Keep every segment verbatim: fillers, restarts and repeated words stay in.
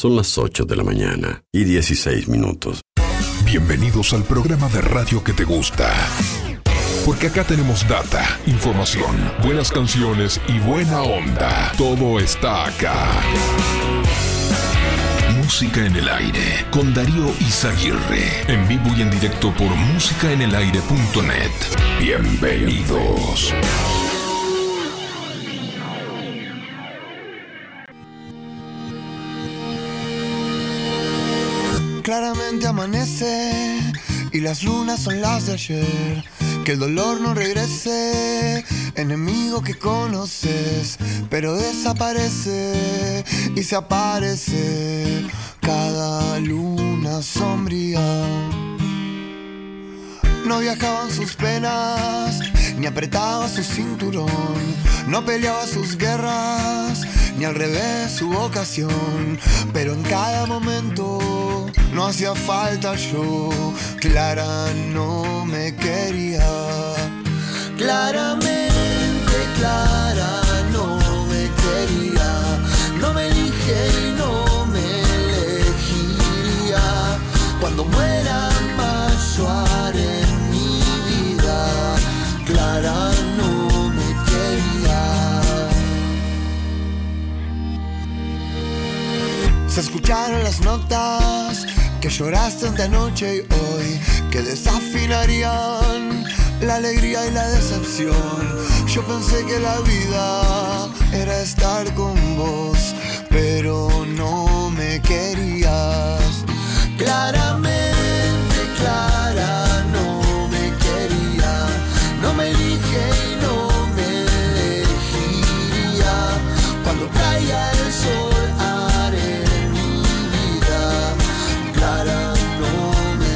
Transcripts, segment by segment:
Son las ocho de la mañana y dieciséis minutos. Bienvenidos al programa de radio que te gusta. Porque acá tenemos data, información, buenas canciones y buena onda. Todo está acá. Música en el aire con Darío Izaguirre. En vivo y en directo por música en el aire punto net. Bienvenidos. Claramente amanece y las lunas son las de ayer. Que el dolor no regrese, enemigo que conoces, pero desaparece y se aparece cada luna sombría. No viajaban sus penas, ni apretaba su cinturón, no peleaba sus guerras, ni al revés su vocación, pero en cada momento no hacía falta yo. Clara no me quería, claramente Clara no me quería, no me elige y no me elegiría. Cuando muera más yo haré mi vida, Clara no me quería. Se escucharon las notas que lloraste ante anoche y hoy, que desafinarían la alegría y la decepción. Yo pensé que la vida era estar con vos, pero no me querías. Claramente Clara no me quería, no me elige y no me elegiría. Cuando caiga el sol haré mi vida, Clara no me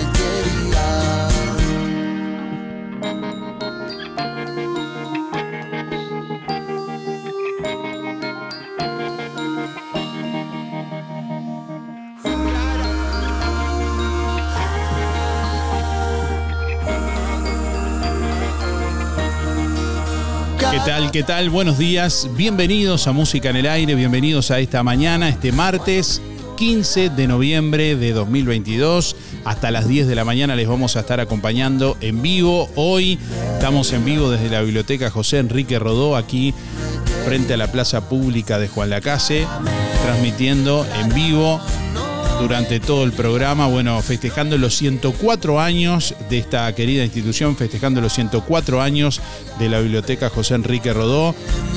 ¿Qué tal? ¿Qué tal? Buenos días. Bienvenidos a Música en el Aire. Bienvenidos a esta mañana, este martes quince de noviembre de dos mil veintidós. Hasta las diez de la mañana les vamos a estar acompañando en vivo. Hoy estamos en vivo desde la Biblioteca José Enrique Rodó, aquí frente a la Plaza Pública de Juan Lacase, transmitiendo en vivo durante todo el programa, bueno, festejando los ciento cuatro años de esta querida institución, festejando los ciento cuatro años de la Biblioteca José Enrique Rodó.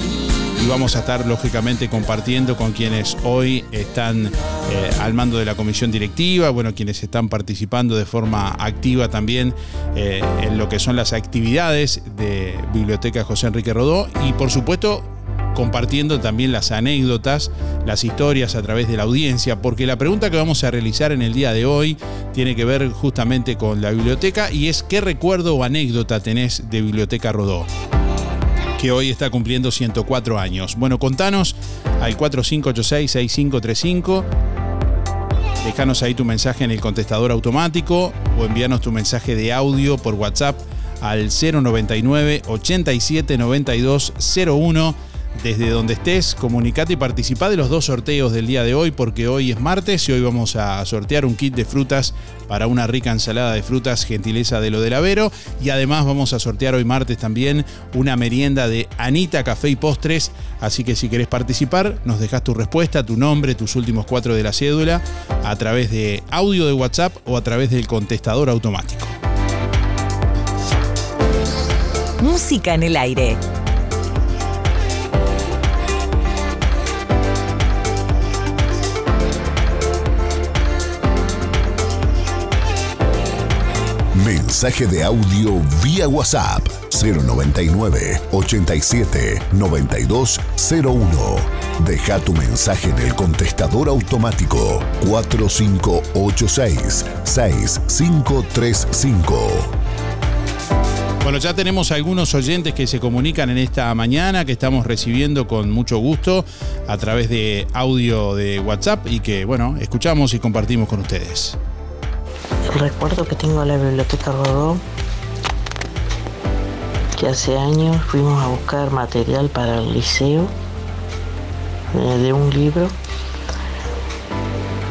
Y vamos a estar, lógicamente, compartiendo con quienes hoy están eh, al mando de la comisión directiva, bueno, quienes están participando de forma activa también eh, en lo que son las actividades de Biblioteca José Enrique Rodó y, por supuesto, compartiendo también las anécdotas, las historias a través de la audiencia, porque la pregunta que vamos a realizar en el día de hoy tiene que ver justamente con la biblioteca y es ¿qué recuerdo o anécdota tenés de Biblioteca Rodó?, que hoy está cumpliendo ciento cuatro años. Bueno, contanos al cuatro cinco ocho seis, seis cinco tres cinco. Déjanos ahí tu mensaje en el contestador automático o envíanos tu mensaje de audio por WhatsApp al cero noventa y nueve, ochenta y siete, noventa y dos, cero uno. Desde donde estés, comunicate y participá de los dos sorteos del día de hoy, porque hoy es martes y hoy vamos a sortear un kit de frutas para una rica ensalada de frutas, gentileza de Lo del Avero, y además vamos a sortear hoy martes también una merienda de Anita Café y Postres, así que si querés participar, nos dejás tu respuesta, tu nombre, tus últimos cuatro de la cédula, a través de audio de WhatsApp o a través del contestador automático. Música en el aire. Mensaje de audio vía WhatsApp cero noventa y nueve, ochenta y siete, noventa y dos, cero uno. Deja tu mensaje en el contestador automático cuatro cinco ocho seis, seis cinco tres cinco. Bueno, ya tenemos algunos oyentes que se comunican en esta mañana, que estamos recibiendo con mucho gusto a través de audio de WhatsApp y que, bueno, escuchamos y compartimos con ustedes. El recuerdo que tengo de la Biblioteca Rodó, que hace años fuimos a buscar material para el liceo eh, de un libro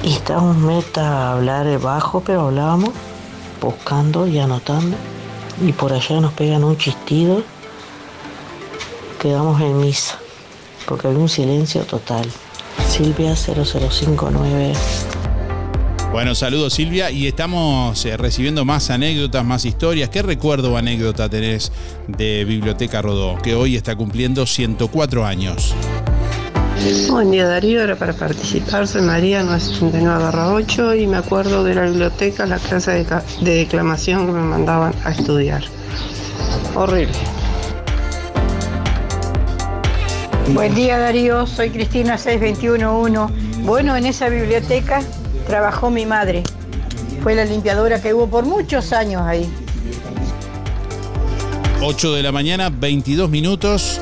Y estábamos meta a hablar bajo, pero hablábamos buscando y anotando. Y por allá nos pegan un chistido. Quedamos en misa, porque había un silencio total. Silvia cero cero cinco nueve. Bueno, saludos Silvia, y estamos eh, recibiendo más anécdotas, más historias. ¿Qué recuerdo o anécdota tenés de Biblioteca Rodó, que hoy está cumpliendo ciento cuatro años? Buen día Darío, era para participar, soy María, novecientos ochenta y nueve barra ocho, y me acuerdo de la biblioteca, la clase de, de declamación que me mandaban a estudiar. Horrible. Buen día Darío, soy Cristina seis veintiuno uno. Bueno, en esa biblioteca trabajó mi madre. Fue la limpiadora que hubo por muchos años ahí. ocho de la mañana, veintidós minutos.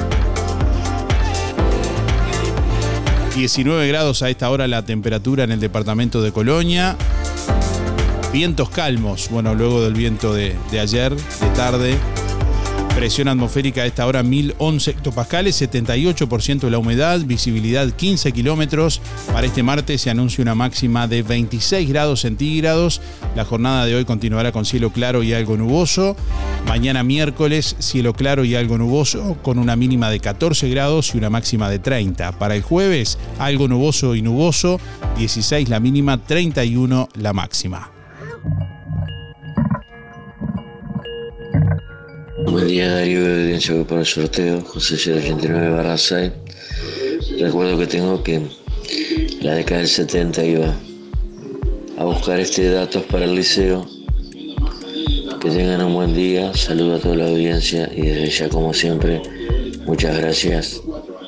diecinueve grados a esta hora la temperatura en el departamento de Colonia. Vientos calmos, bueno, luego del viento de, de ayer, de tarde. Presión atmosférica a esta hora mil once hectopascales, setenta y ocho por ciento de la humedad, visibilidad quince kilómetros. Para este martes se anuncia una máxima de veintiséis grados centígrados. La jornada de hoy continuará con cielo claro y algo nuboso. Mañana miércoles, cielo claro y algo nuboso, con una mínima de catorce grados y una máxima de treinta. Para el jueves, algo nuboso y nuboso, dieciséis la mínima, treinta y uno la máxima. Buen día Darío, de audiencia voy para el sorteo, José cero ochenta y nueve barra seis. Recuerdo que tengo que la década del setenta iba a buscar este datos para el liceo. Que tengan un buen día, saludo a toda la audiencia y desde ya como siempre, muchas gracias.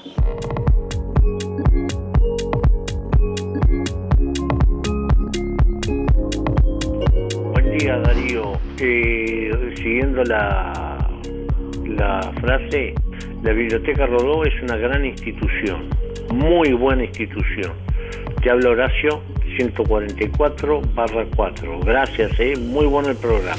Buen día Darío, eh, siguiendo la la frase, la Biblioteca Rodó es una gran institución, muy buena institución. Te habla Horacio, ciento cuarenta y cuatro barra cuatro. Gracias, eh, muy bueno el programa.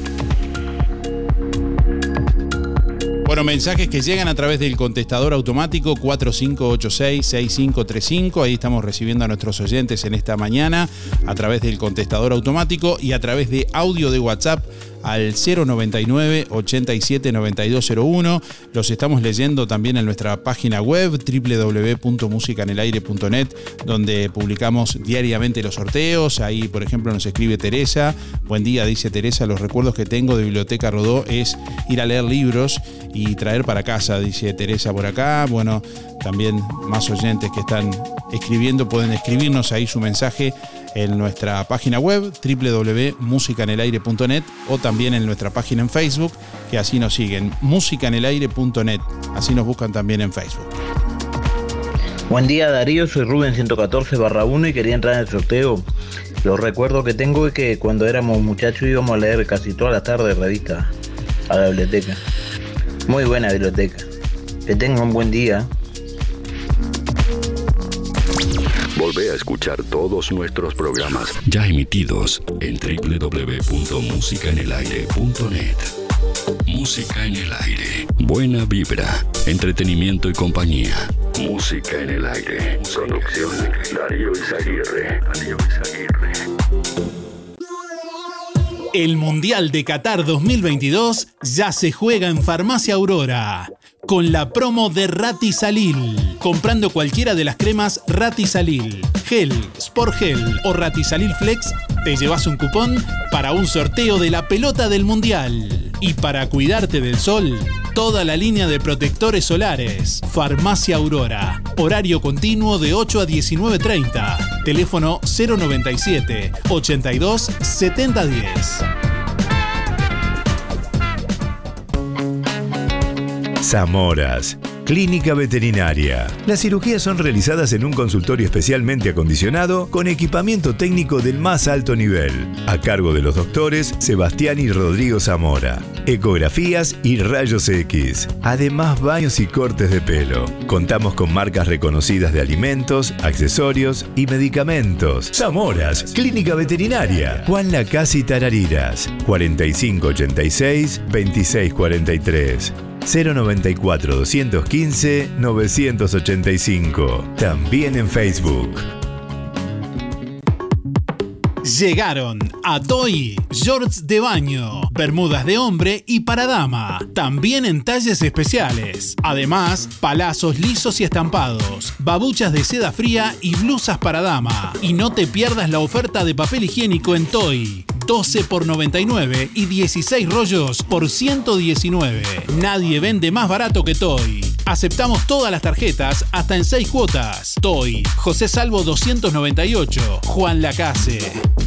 Bueno, mensajes que llegan a través del contestador automático cuatro cinco ocho seis, seis cinco tres cinco. Ahí estamos recibiendo a nuestros oyentes en esta mañana a través del contestador automático y a través de audio de WhatsApp al cero noventa y nueve, ochenta y siete, noventa y dos cero uno. Los estamos leyendo también en nuestra página web doble u doble u doble u punto música en el aire punto net, donde publicamos diariamente los sorteos. Ahí, por ejemplo, nos escribe Teresa. Buen día, dice Teresa, los recuerdos que tengo de Biblioteca Rodó es ir a leer libros y traer para casa, dice Teresa por acá. Bueno, también más oyentes que están escribiendo pueden escribirnos ahí su mensaje en nuestra página web doble u doble u doble u punto música en el aire punto net o también en nuestra página en Facebook, que así nos siguen, música en el aire punto net, así nos buscan también en Facebook. Buen día Darío, soy Rubén ciento catorce barra uno y quería entrar en el sorteo. Los recuerdos que tengo es que cuando éramos muchachos íbamos a leer casi todas las tardes revistas a la biblioteca. Muy buena biblioteca. Que tengan un buen día. Volvé a escuchar todos nuestros programas Ya emitidos en doble u doble u doble u punto música en el aire punto net. Música en el aire. Buena vibra, entretenimiento y compañía. Música en el aire. Producción Darío Izaguirre. Darío Izaguirre. El Mundial de Qatar dos mil veintidós ya se juega en Farmacia Aurora con la promo de Ratisalil. Comprando cualquiera de las cremas Ratisalil, Gel, Sport Gel o Ratisalil Flex, te llevas un cupón para un sorteo de la pelota del Mundial. Y para cuidarte del sol, toda la línea de protectores solares. Farmacia Aurora. Horario continuo de ocho a diecinueve treinta. Teléfono cero noventa y siete, ochenta y dos, setenta diez. Zamoras, Clínica Veterinaria. Las cirugías son realizadas en un consultorio especialmente acondicionado con equipamiento técnico del más alto nivel, a cargo de los doctores Sebastián y Rodrigo Zamora. Ecografías y rayos X. Además, baños y cortes de pelo. Contamos con marcas reconocidas de alimentos, accesorios y medicamentos. Zamoras, Clínica Veterinaria. Juan Lacasi Tarariras. cuarenta y cinco ochenta y seis, veintiséis cuarenta y tres. cero noventa y cuatro, doscientos quince, novecientos ochenta y cinco. También en Facebook. Llegaron a Toy, shorts de baño, bermudas de hombre y para dama, también en talles especiales. Además, palazos lisos y estampados, babuchas de seda fría y blusas para dama. Y no te pierdas la oferta de papel higiénico en Toy. doce por noventa y nueve y dieciséis rollos por ciento diecinueve. Nadie vende más barato que Toy. Aceptamos todas las tarjetas hasta en seis cuotas. Toy, José Salvo doscientos noventa y ocho, Juan Lacase.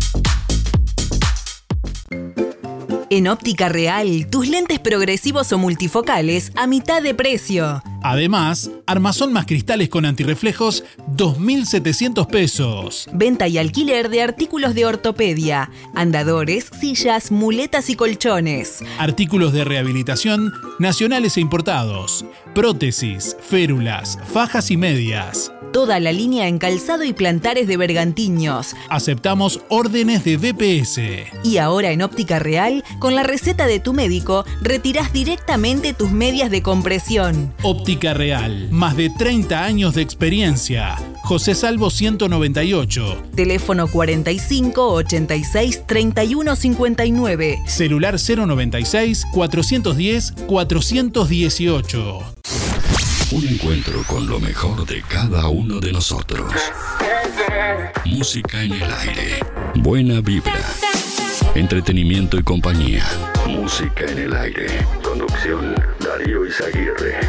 En Óptica Real, tus lentes progresivos o multifocales a mitad de precio. Además, armazón más cristales con antirreflejos, dos mil setecientos pesos. Venta y alquiler de artículos de ortopedia, andadores, sillas, muletas y colchones. Artículos de rehabilitación nacionales e importados. Prótesis, férulas, fajas y medias. Toda la línea en calzado y plantares de bergantiños. Aceptamos órdenes de B P S. Y ahora en Óptica Real, con la receta de tu médico, retirás directamente tus medias de compresión. Óptica Real, más de treinta años de experiencia. José Salvo ciento noventa y ocho. Teléfono cuarenta y cinco, ochenta y seis, treinta y uno cincuenta y nueve. Celular cero noventa y seis, cuatrocientos diez, cuatrocientos dieciocho. Un encuentro con lo mejor de cada uno de nosotros. Música en el aire. Buena vibra. Entretenimiento y compañía. Música en el aire. Conducción Darío Izaguirre.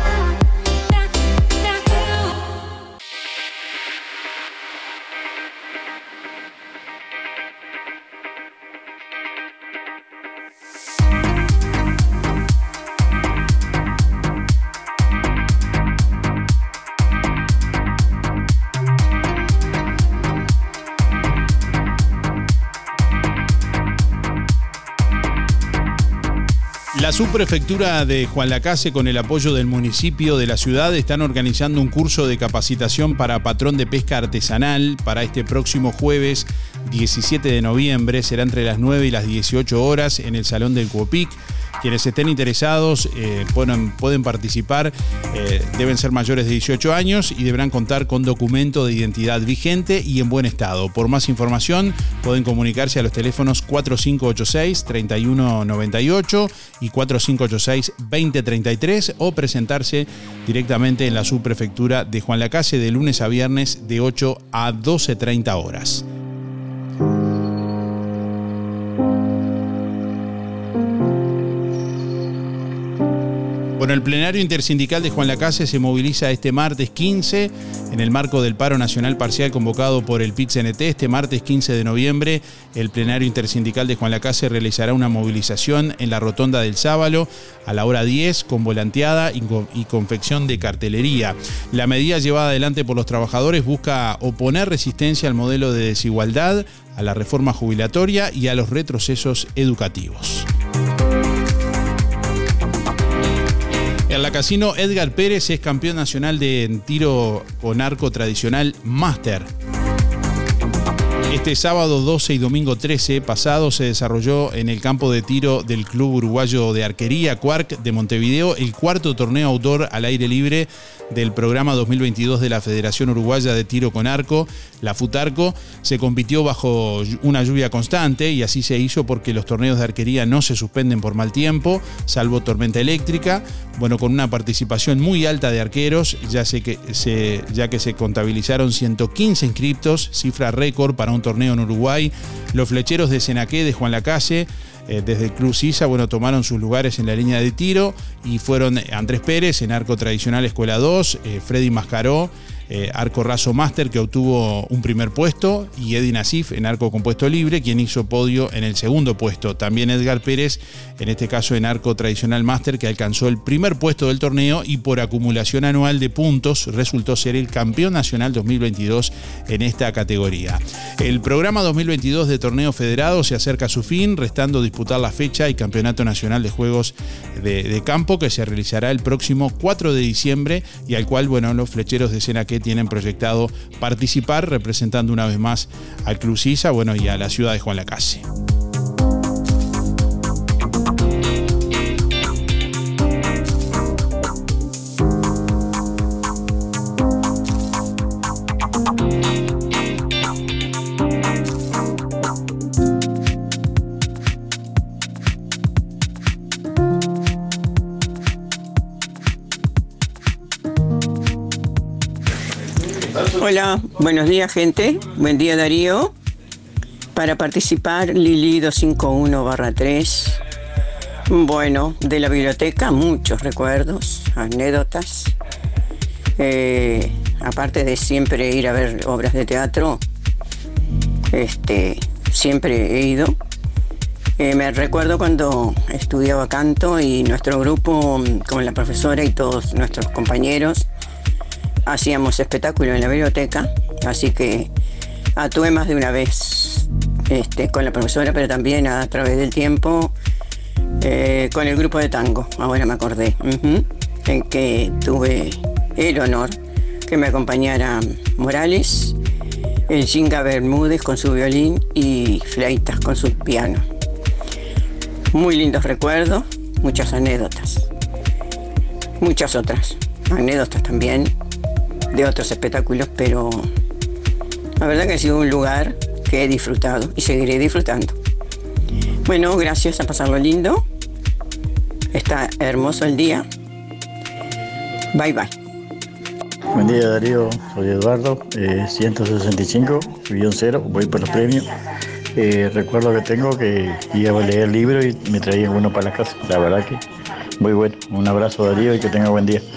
La subprefectura de Juan Lacase, con el apoyo del municipio de la ciudad, están organizando un curso de capacitación para patrón de pesca artesanal para este próximo jueves diecisiete de noviembre. Será entre las nueve y las dieciocho horas en el Salón del Cuopic. Quienes estén interesados eh, pueden, pueden participar, eh, deben ser mayores de dieciocho años y deberán contar con documento de identidad vigente y en buen estado. Por más información pueden comunicarse a los teléfonos cuatro cinco ocho seis, tres uno nueve ocho y cuatro cinco ocho seis, dos cero tres tres o presentarse directamente en la subprefectura de Juan Lacase de lunes a viernes de ocho a doce treinta horas. Bueno, el plenario intersindical de Juan Lacase se moviliza este martes quince en el marco del paro nacional parcial convocado por el P I T C N T. Este martes quince de noviembre, el plenario intersindical de Juan Lacase realizará una movilización en la rotonda del Sábalo a la hora diez con volanteada y, con, y confección de cartelería. La medida llevada adelante por los trabajadores busca oponer resistencia al modelo de desigualdad, a la reforma jubilatoria y a los retrocesos educativos. El lacasino Edgar Pérez es campeón nacional de tiro con arco tradicional máster. Este sábado doce y domingo trece pasado se desarrolló en el campo de tiro del Club Uruguayo de Arquería Cuarc de Montevideo el cuarto torneo outdoor al aire libre del programa dos mil veintidós de la Federación Uruguaya de Tiro con Arco, la FUTARCO. Se compitió bajo una lluvia constante y así se hizo porque los torneos de arquería no se suspenden por mal tiempo, salvo tormenta eléctrica. Bueno, con una participación muy alta de arqueros, ya, sé que se, ya que se contabilizaron ciento quince inscriptos, cifra récord para un torneo en Uruguay. Los flecheros de Senaqué de Juan Lacase, eh, desde el Club Sisa, bueno, tomaron sus lugares en la línea de tiro y fueron Andrés Pérez en arco tradicional Escuela dos, eh, Freddy Mascaró, Eh, arco raso máster, que obtuvo un primer puesto, y Eddie Nasif en arco compuesto libre, quien hizo podio en el segundo puesto. También Edgar Pérez, en este caso en arco tradicional máster, que alcanzó el primer puesto del torneo y por acumulación anual de puntos resultó ser el campeón nacional dos mil veintidós en esta categoría. El programa dos mil veintidós de torneo federado se acerca a su fin, restando disputar la fecha y campeonato nacional de juegos de, de campo, que se realizará el próximo cuatro de diciembre y al cual, bueno, los flecheros de Senaqué tienen proyectado participar, representando una vez más al Club Sisa, bueno, y a la ciudad de Juan Lacase. Hola, buenos días, gente. Buen día, Darío. Para participar, Lili doscientos cincuenta y uno barra tres. Bueno, de la biblioteca, muchos recuerdos, anécdotas. Eh, aparte de siempre ir a ver obras de teatro, este, siempre he ido. Eh, me recuerdo cuando estudiaba canto y nuestro grupo, con la profesora y todos nuestros compañeros, hacíamos espectáculo en la biblioteca, así que actué más de una vez este, con la profesora, pero también a través del tiempo eh, con el grupo de tango, ahora me acordé, uh-huh, en que tuve el honor que me acompañara Morales, el Ginga Bermúdez con su violín y Fleitas con su piano. Muy lindos recuerdos, muchas anécdotas, muchas otras anécdotas también de otros espectáculos, pero la verdad que ha sido un lugar que he disfrutado y seguiré disfrutando. Bueno, gracias, a pasarlo lindo. Está hermoso el día. Bye bye. Buen día, Darío, soy Eduardo, eh, ciento sesenta y cinco, guión cero, voy por los premios. Eh, recuerdo que tengo que iba a leer el libro y me traía uno para la casa. La verdad que muy bueno. Un abrazo, Darío, y que tenga buen día.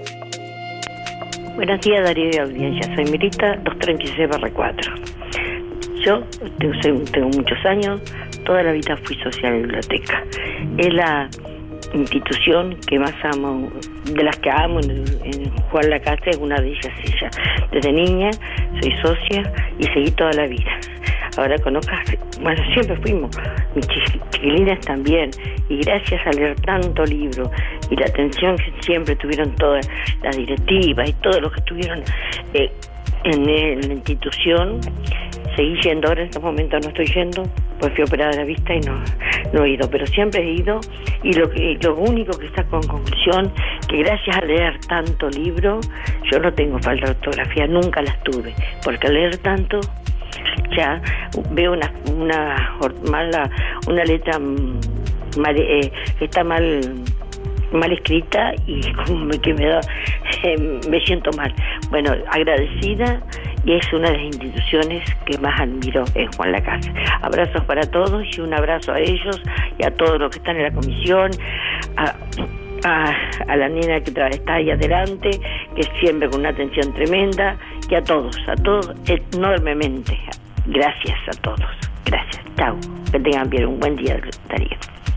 Buenos días, Darío y audiencia. Soy Mirita, doscientos treinta y seis barra cuatro. Yo tengo, tengo muchos años, toda la vida fui social en biblioteca. Es la institución que más amo, de las que amo en, en Juan Lacase, es una de ellas ella. Desde niña soy socia y seguí toda la vida. Ahora conozco, bueno, siempre fuimos, mis chiquilines también, y gracias a leer tanto libro y la atención que siempre tuvieron todas las directivas y todos los que estuvieron eh, en, en la institución, seguí yendo. Ahora en estos momentos no estoy yendo, pues fui operada de la vista y no, no he ido, pero siempre he ido, y lo, que, lo único que saco en conclusión, que gracias a leer tanto libro, yo no tengo falta de ortografía, nunca las tuve, porque al leer tanto ya veo una una mala una letra mal, eh, que está mal mal escrita y como que me da eh, me siento mal. Bueno, agradecida, y es una de las instituciones que más admiro en Juan Lacase. Abrazos para todos y un abrazo a ellos y a todos los que están en la comisión, a A, a la nena que está ahí adelante, que siempre con una atención tremenda, y a todos, a todos enormemente. Gracias a todos. Gracias. Chao. Que tengan bien un buen día, Darío.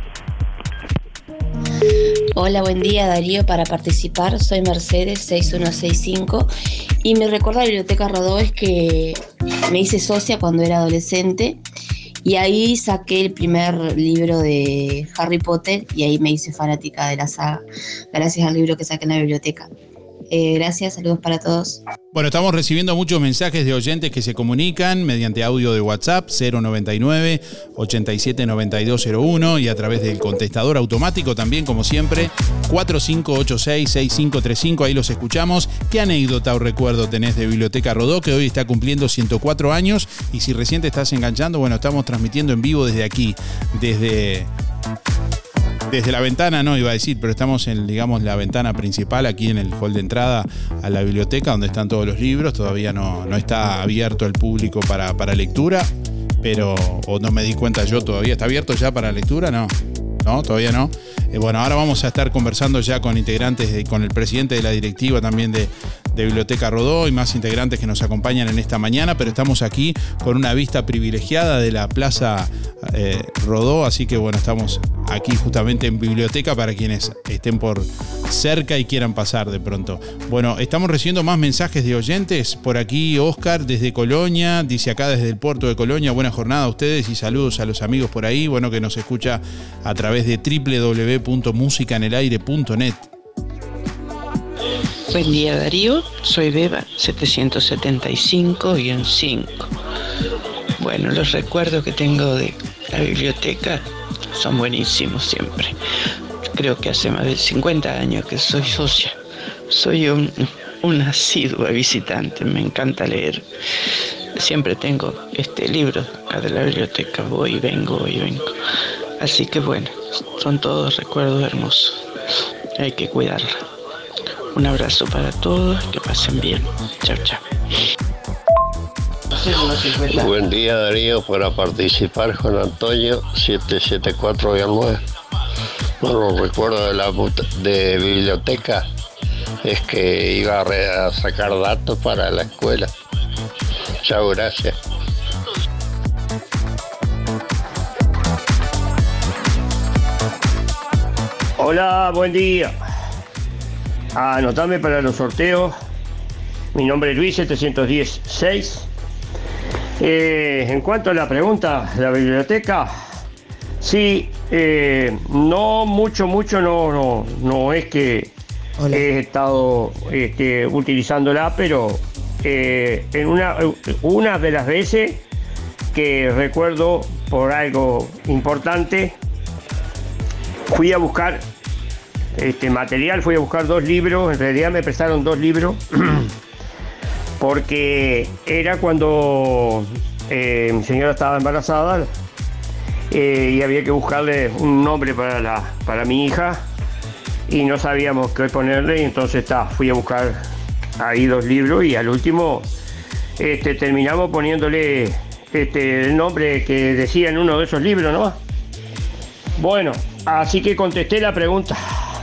Hola, buen día, Darío. Para participar soy Mercedes seis uno seis cinco y me recuerda a la Biblioteca Rodó es que me hice socia cuando era adolescente. Y ahí saqué el primer libro de Harry Potter y ahí me hice fanática de la saga, gracias al libro que saqué en la biblioteca. Eh, gracias, saludos para todos. Bueno, estamos recibiendo muchos mensajes de oyentes que se comunican mediante audio de WhatsApp cero noventa y nueve, ochenta y siete, noventa y dos cero uno y a través del contestador automático también, como siempre, cuatro cinco ocho seis, seis cinco tres cinco, ahí los escuchamos. ¿Qué anécdota o recuerdo tenés de Biblioteca Rodó, que hoy está cumpliendo ciento cuatro años? Y si recién te estás enganchando, bueno, estamos transmitiendo en vivo desde aquí, desde... Desde la ventana, no iba a decir, pero estamos en, digamos, la ventana principal, aquí en el hall de entrada a la biblioteca, donde están todos los libros. Todavía no, no está abierto al público para, para lectura, pero, o no me di cuenta yo todavía. ¿Está abierto ya para lectura? No, no, todavía no. Eh, bueno, ahora vamos a estar conversando ya con integrantes, de, con el presidente de la directiva también de, de Biblioteca Rodó y más integrantes que nos acompañan en esta mañana, pero estamos aquí con una vista privilegiada de la Plaza eh, Rodó, así que bueno, estamos aquí justamente en biblioteca para quienes estén por cerca y quieran pasar de pronto. Bueno, estamos recibiendo más mensajes de oyentes. Por aquí Oscar desde Colonia, dice acá desde el puerto de Colonia, buena jornada a ustedes y saludos a los amigos por ahí, bueno, que nos escucha a través de doble u doble u doble u punto música en el aire punto net. Buen día, Darío, soy Beba setecientos setenta y cinco guión cinco. Bueno, los recuerdos que tengo de la biblioteca son buenísimos siempre. Creo que hace más de cincuenta años que soy socia. Soy un, un asidua visitante, me encanta leer. Siempre tengo este libro acá de la biblioteca, voy y vengo, voy y vengo. Así que bueno, son todos recuerdos hermosos. Hay que cuidarla. Un abrazo para todos, que pasen bien. Chao, chao. Buen día, Darío, para participar con Antonio siete siete cuatro nueve. Bueno, recuerdo de la de biblioteca es que iba a, re, a sacar datos para la escuela. Chao, gracias. Hola, buen día. Anotame para los sorteos. Mi nombre es Luis, setecientos diez seis. Eh, en cuanto a la pregunta, la biblioteca, sí, eh, no mucho, mucho, no, no, no es que Hola. he estado este, utilizándola, pero eh, en una, una de las veces que recuerdo por algo importante, fui a buscar este material, fui a buscar dos libros, en realidad me prestaron dos libros, porque era cuando eh, mi señora estaba embarazada eh, y había que buscarle un nombre para, la, para mi hija y no sabíamos qué ponerle, y entonces ta, fui a buscar ahí dos libros y al último este, terminamos poniéndole este, el nombre que decía en uno de esos libros, ¿no? Bueno, así que contesté la pregunta.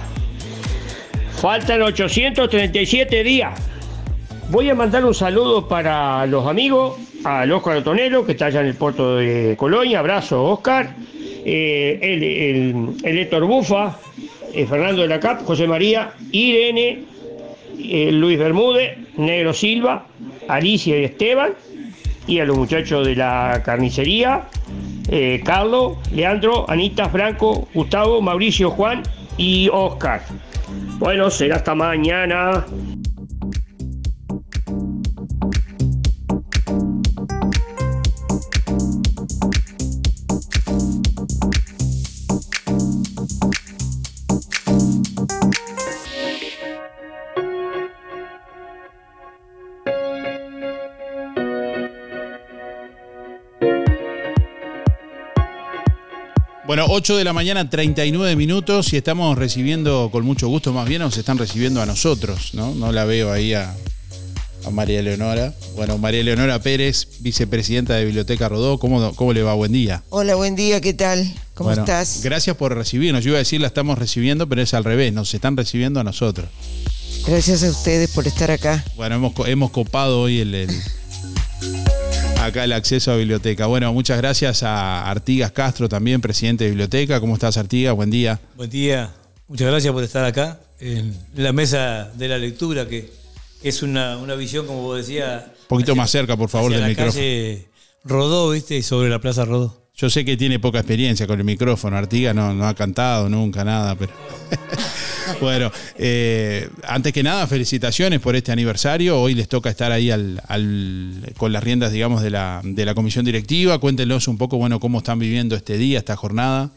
Faltan ochocientos treinta y siete días. Voy a mandar un saludo para los amigos, al Óscar Otonero, que está allá en el puerto de Colonia. Abrazo, Óscar. Eh, el, el, el Héctor Bufa, eh, Fernando de la Cap, José María, Irene, eh, Luis Bermúdez, Negro Silva, Alicia y Esteban, y a los muchachos de la carnicería, eh, Carlos, Leandro, Anita, Franco, Gustavo, Mauricio, Juan y Óscar. Bueno, será hasta mañana. Bueno, ocho de la mañana, treinta y nueve minutos, y estamos recibiendo, con mucho gusto, más bien nos están recibiendo a nosotros, ¿no? No la veo ahí a, a María Leonora. Bueno, María Leonora Pérez, vicepresidenta de Biblioteca Rodó. ¿Cómo, cómo le va? Buen día. Hola, buen día, ¿qué tal? ¿Cómo bueno, estás? Gracias por recibirnos. Yo iba a decir la estamos recibiendo, pero es al revés, nos están recibiendo a nosotros. Gracias a ustedes por estar acá. Bueno, hemos, hemos copado hoy el... el acá el acceso a biblioteca. Bueno, muchas gracias a Artigas Castro, también presidente de biblioteca. ¿Cómo estás, Artigas? Buen día. Buen día. Muchas gracias por estar acá en la mesa de la lectura, que es una, una visión, como vos decías. Un poquito hacia, más cerca, por favor, del la micrófono. Calle Rodó, ¿viste? Sobre la Plaza Rodó. Yo sé que tiene poca experiencia con el micrófono. Artigas no, no ha cantado nunca nada, pero... Bueno, eh, antes que nada, felicitaciones por este aniversario. Hoy les toca estar ahí al, al, con las riendas, digamos, de la, de la comisión directiva. Cuéntenos un poco, bueno, cómo están viviendo este día, esta jornada.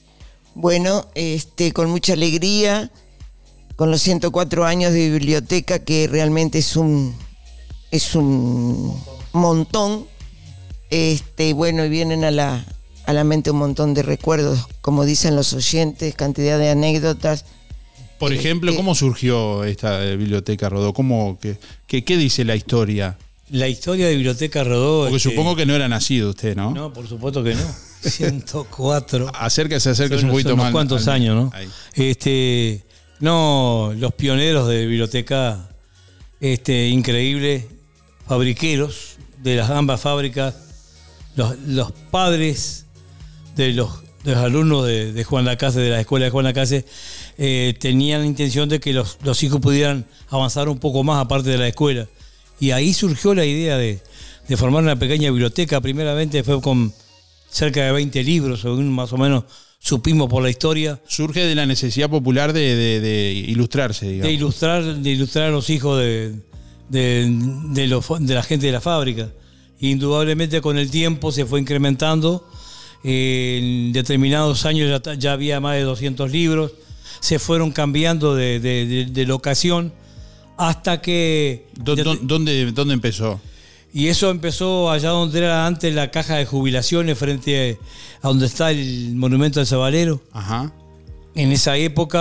Bueno, este, con mucha alegría, con los ciento cuatro años de biblioteca, que realmente es un, es un montón. Este, bueno, y vienen a la, a la mente un montón de recuerdos, como dicen los oyentes, cantidad de anécdotas. Por ejemplo, eh, ¿cómo surgió esta Biblioteca Rodó? ¿Cómo, qué, qué, ¿Qué dice la historia? La historia de Biblioteca Rodó... Porque este, supongo que no era nacido usted, ¿no? No, por supuesto que no. ciento cuatro. Acérquese, acérquese son, un poquito son más. Unos cuantos al, años, ¿no? Ahí. Este, no, los pioneros de biblioteca, este, increíble, fabriqueros de las ambas fábricas, los, los padres de los, de los alumnos de, de Juan Lacase, de la escuela de Juan Lacase, eh, tenían la intención de que los, los hijos pudieran avanzar un poco más aparte de la escuela. Y ahí surgió la idea de, de formar una pequeña biblioteca. Primeramente fue con cerca de veinte libros, según más o menos supimos por la historia. Surge de la necesidad popular de, de, de ilustrarse, digamos. De ilustrar, de ilustrar a los hijos de, de, de, los, de la gente de la fábrica. Indudablemente con el tiempo se fue incrementando. En determinados años ya, ya había más de doscientos libros. Se fueron cambiando de, de, de, de locación hasta que... ¿Dónde, ¿Dónde empezó? Y eso empezó allá donde era antes la caja de jubilaciones, frente a donde está el monumento al Sabalero. Ajá. En esa época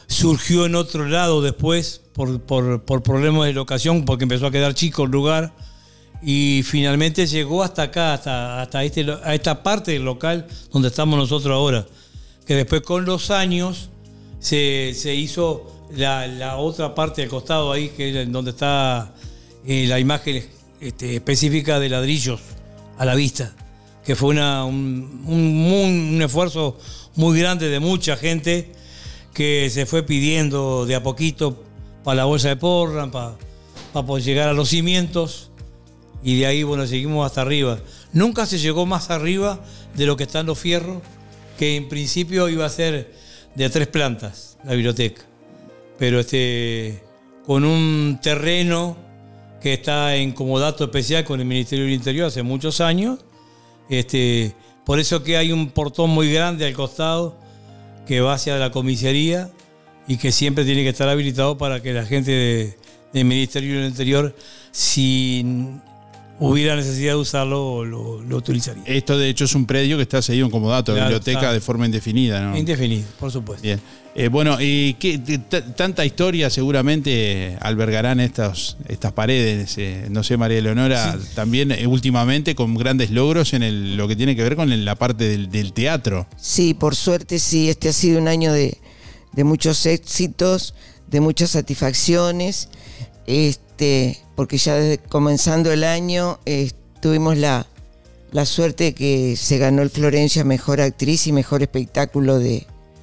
surgió en otro lado después por, por, por problemas de locación, porque empezó a quedar chico el lugar. Y finalmente llegó hasta acá, hasta, hasta este, a esta parte del local donde estamos nosotros ahora. Que después con los años se, se hizo la, la otra parte del costado ahí, que es donde está eh, la imagen este, específica de ladrillos a la vista. Que fue una, un, un, un esfuerzo muy grande de mucha gente que se fue pidiendo de a poquito para la bolsa de porra, para, para poder llegar a los cimientos. Y de ahí, bueno, seguimos hasta arriba. Nunca se llegó más arriba de lo que están los fierros, que en principio iba a ser de tres plantas la biblioteca. Pero este, con un terreno que está en comodato especial con el Ministerio del Interior hace muchos años. Este, por eso que hay un portón muy grande al costado que va hacia la comisaría y que siempre tiene que estar habilitado para que la gente de, del Ministerio del Interior, si hubiera necesidad de usarlo, lo, lo utilizaría. Esto de hecho es un predio que está cedido en comodato, claro, biblioteca está de forma indefinida, ¿no? Indefinida, por supuesto. Bien. Eh, bueno, y qué, t- tanta historia seguramente albergarán estos, estas paredes. Eh, no sé, María Leonora, sí. También eh, últimamente con grandes logros en el, lo que tiene que ver con la parte del, del teatro. Sí, por suerte sí, este ha sido un año de, de muchos éxitos, de muchas satisfacciones, este, porque ya desde comenzando el año eh, tuvimos la, la suerte de que se ganó el Florencia Mejor Actriz y Mejor Espectáculo de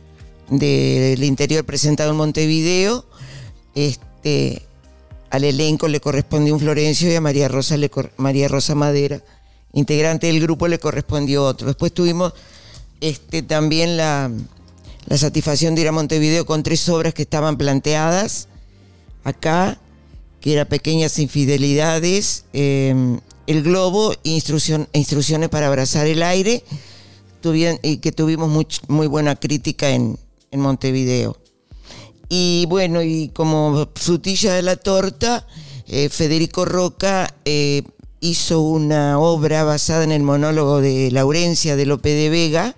del interior presentado en Montevideo. Este, al elenco le correspondió un Florencio y a María Rosa, le, María Rosa Madera, integrante del grupo, le correspondió otro. Después tuvimos este, también la, la satisfacción de ir a Montevideo con tres obras que estaban planteadas acá, que era Pequeñas Infidelidades, eh, El Globo e Instrucción, Instrucciones para Abrazar el Aire, tuvieron, y que tuvimos muy, muy buena crítica en en Montevideo. Y bueno, y como frutilla de la torta, eh, Federico Roca eh, hizo una obra basada en el monólogo de Laurencia de Lope de Vega,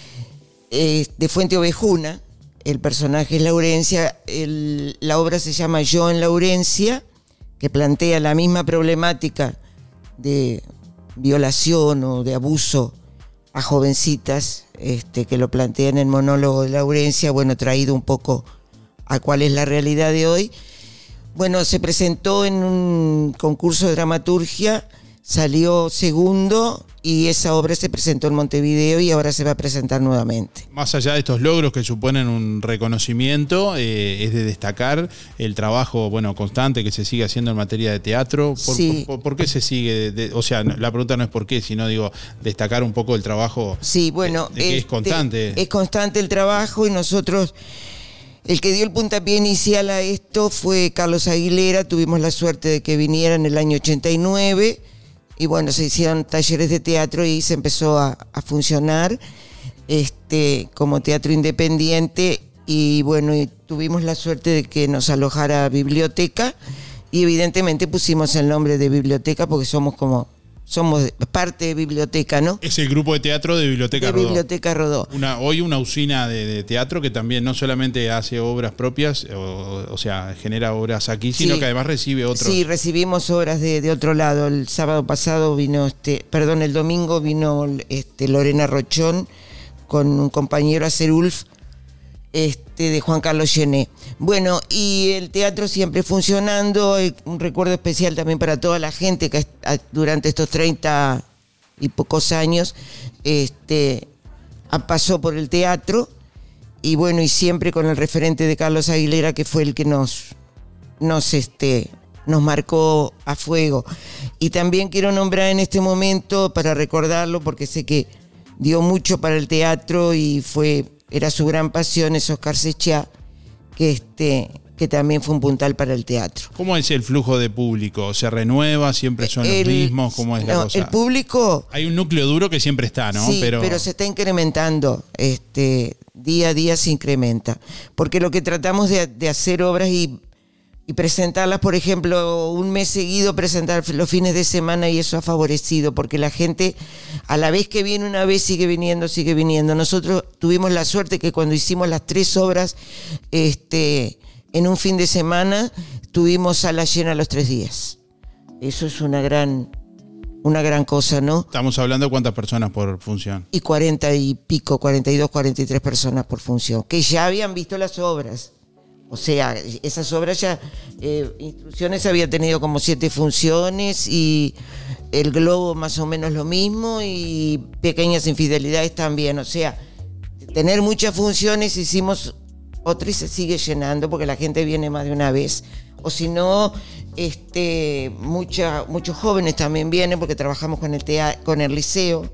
eh, de Fuente Ovejuna. El personaje es Laurencia. El, la obra se llama Yo en Laurencia, que plantea la misma problemática de violación o de abuso a jovencitas, este, que lo plantea en el monólogo de Laurencia, bueno, traído un poco a cuál es la realidad de hoy. Bueno, se presentó en un concurso de dramaturgia, salió segundo y esa obra se presentó en Montevideo y ahora se va a presentar nuevamente. Más allá de estos logros que suponen un reconocimiento, eh, es de destacar el trabajo, bueno, constante que se sigue haciendo en materia de teatro. ¿Por, sí. por, por, por qué se sigue? De, de, o sea, la pregunta no es por qué, sino digo, destacar un poco el trabajo. Sí, bueno, de, de que este, es constante. Es constante el trabajo y nosotros, el que dio el puntapié inicial a esto fue Carlos Aguilera. Tuvimos la suerte de que viniera en el año ochenta y nueve. Y bueno, se hicieron talleres de teatro y se empezó a, a funcionar este, como teatro independiente. Y bueno, y tuvimos la suerte de que nos alojara biblioteca. Y evidentemente pusimos el nombre de biblioteca porque somos como somos parte de biblioteca, ¿no? Es el grupo de teatro de Biblioteca de Rodó. Biblioteca Rodó. Una, hoy una usina de, de teatro que también no solamente hace obras propias, o, o sea, genera obras aquí, sino sí. que además recibe otros. Sí, recibimos obras de, de otro lado. El sábado pasado vino, este, perdón, el domingo vino este, Lorena Rochón con un compañero Acerulf, este, de Juan Carlos Gené. Bueno, y el teatro siempre funcionando, un recuerdo especial también para toda la gente que durante estos treinta y pocos años este, pasó por el teatro, y bueno, y siempre con el referente de Carlos Aguilera, que fue el que nos, nos, este, nos marcó a fuego. Y también quiero nombrar en este momento, para recordarlo, porque sé que dio mucho para el teatro y fue... era su gran pasión, es Oscar Sechá, que, este, que también fue un puntal para el teatro. ¿Cómo es el flujo de público? ¿Se renueva? ¿Siempre son el, los mismos? ¿Cómo es la no, cosa? El público... Hay un núcleo duro que siempre está, ¿no? Sí, pero... pero se está incrementando. Este, día a día se incrementa. Porque lo que tratamos de, de hacer obras y, y presentarlas, por ejemplo, un mes seguido, presentar los fines de semana, y eso ha favorecido, porque la gente, a la vez que viene una vez, sigue viniendo, sigue viniendo. Nosotros tuvimos la suerte que cuando hicimos las tres obras, este, en un fin de semana, tuvimos sala llena los tres días. Eso es una gran, una gran cosa, ¿no? Estamos hablando de cuántas personas por función. Y cuarenta y pico, cuarenta y dos, cuarenta y tres personas por función, que ya habían visto las obras. O sea, esas obras ya, eh, Instrucciones había tenido como siete funciones, y El Globo más o menos lo mismo, y Pequeñas Infidelidades también. O sea, tener muchas funciones, hicimos otra y se sigue llenando porque la gente viene más de una vez. O si no, este, mucha, muchos jóvenes también vienen porque trabajamos con el, tea- con el liceo.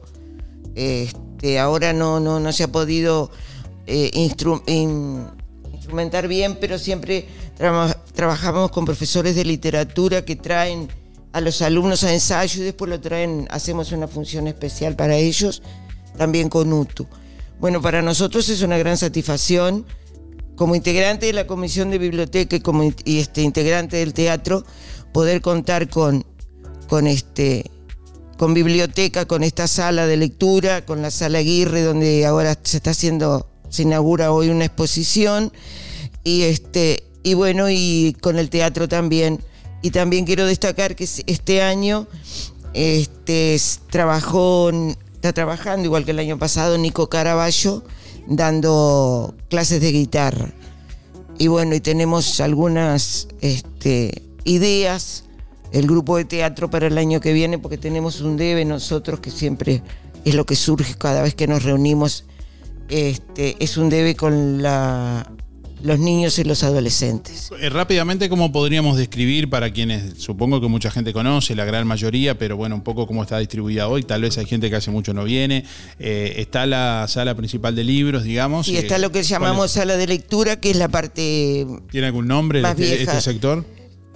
Este, ahora no, no, no se ha podido eh, instru- in- instrumentar bien, pero siempre tra- trabajamos con profesores de literatura que traen a los alumnos a ensayo y después lo traen, hacemos una función especial para ellos, también con U T U. Bueno, para nosotros es una gran satisfacción, como integrante de la Comisión de Biblioteca y como y este, integrante del teatro, poder contar con, con, este, con biblioteca, con esta sala de lectura, con la Sala Aguirre, donde ahora se está haciendo... se inaugura hoy una exposición, y este y bueno, y con el teatro también. Y también quiero destacar que este año este trabajó, está trabajando igual que el año pasado, Nico Caraballo, dando clases de guitarra. Y bueno, y tenemos algunas este, ideas, el grupo de teatro para el año que viene, porque tenemos un debe nosotros, que siempre es lo que surge cada vez que nos reunimos. Este, es un debe con la, los niños y los adolescentes. Eh, rápidamente, ¿cómo podríamos describir, para quienes supongo que mucha gente conoce, la gran mayoría, pero bueno, un poco cómo está distribuida hoy? Tal vez hay gente que hace mucho no viene. Eh, está la sala principal de libros, digamos. Y está eh, lo que llamamos sala de lectura, que es la parte... ¿Tiene algún nombre más este, vieja. este sector?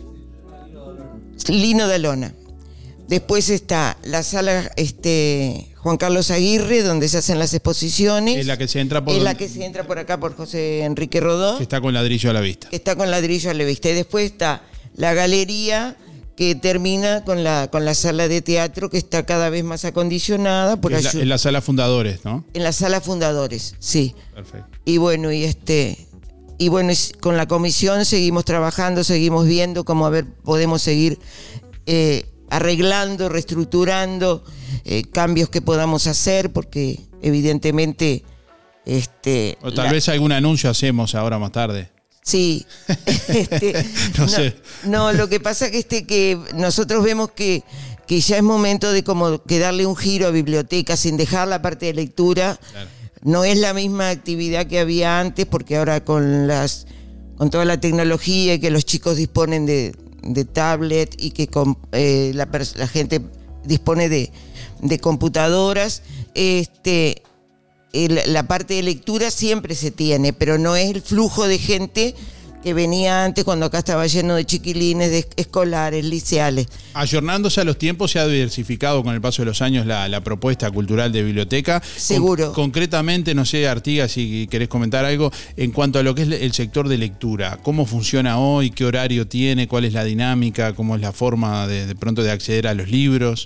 Lino de Alona. Después está la sala este, Juan Carlos Aguirre, donde se hacen las exposiciones. Es la que se entra por... Es la que se entra por acá por José Enrique Rodó. Que está con ladrillo a la vista. Que está con ladrillo a la vista. Y después está la galería, que termina con la, con la sala de teatro, que está cada vez más acondicionada. Por en, la, ayu- en la sala Fundadores, ¿no? En la sala Fundadores, sí. Perfecto. Y bueno, y este... Y bueno, es- con la comisión seguimos trabajando, seguimos viendo cómo a ver podemos seguir... Eh, arreglando, reestructurando, eh, cambios que podamos hacer, porque evidentemente este O tal la, vez algún anuncio hacemos ahora más tarde. sí este, No no, sé. no, lo que pasa que este que nosotros vemos que, que ya es momento de como que darle un giro a biblioteca sin dejar la parte de lectura. Claro. No es la misma actividad que había antes, porque ahora con las con toda la tecnología y que los chicos disponen de de tablet y que con, eh, la, pers- la gente dispone de, de computadoras, este, el, la parte de lectura siempre se tiene, pero no es el flujo de gente que venía antes, cuando acá estaba lleno de chiquilines, de escolares, liceales. Ayornándose a los tiempos, se ha diversificado con el paso de los años la, la propuesta cultural de biblioteca. Seguro. Con, concretamente, no sé, Artigas, si querés comentar algo en cuanto a lo que es el sector de lectura. ¿Cómo funciona hoy? ¿Qué horario tiene? ¿Cuál es la dinámica? ¿Cómo es la forma de, de pronto de acceder a los libros?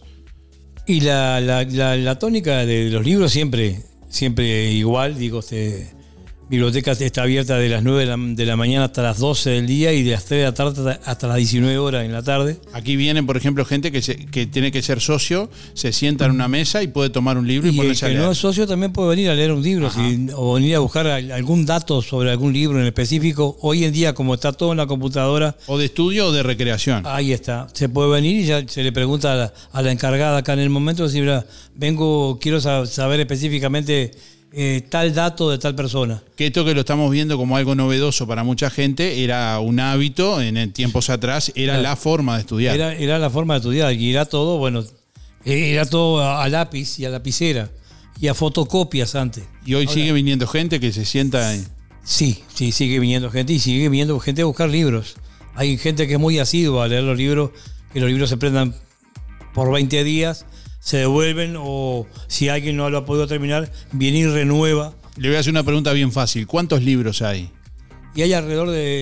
Y la, la, la, la tónica de los libros siempre, siempre igual, digo, este... Biblioteca está abierta de las nueve de la, de la mañana hasta las doce del día y de las tres de la tarde hasta las diecinueve horas en la tarde. Aquí vienen, por ejemplo, gente que, se, que tiene que ser socio, se sienta en una mesa y puede tomar un libro y, Y el ponerse a que leer. no es socio también puede venir a leer un libro si- o venir a buscar al- algún dato sobre algún libro en específico. Hoy en día, como está todo en la computadora... O de estudio o de recreación. Ahí está. Se puede venir y ya se le pregunta a la, a la encargada acá en el momento, decir, mira, vengo, quiero sa- saber específicamente... Eh, tal dato de tal persona. Que esto que lo estamos viendo como algo novedoso para mucha gente era un hábito en el tiempos atrás, era Claro. la forma de estudiar. Era, era la forma de estudiar y era todo, bueno, era todo a, a lápiz y a lapicera y a fotocopias antes. Y hoy Ahora- sigue viniendo gente que se sienta... en- Sí, sí, sigue viniendo gente y sigue viniendo gente a buscar libros. Hay gente que es muy asidua a leer los libros, que los libros se prendan por veinte días, se devuelven o si alguien no lo ha podido terminar, viene y renueva. Le voy a hacer una pregunta bien fácil. ¿Cuántos libros hay? Y hay alrededor de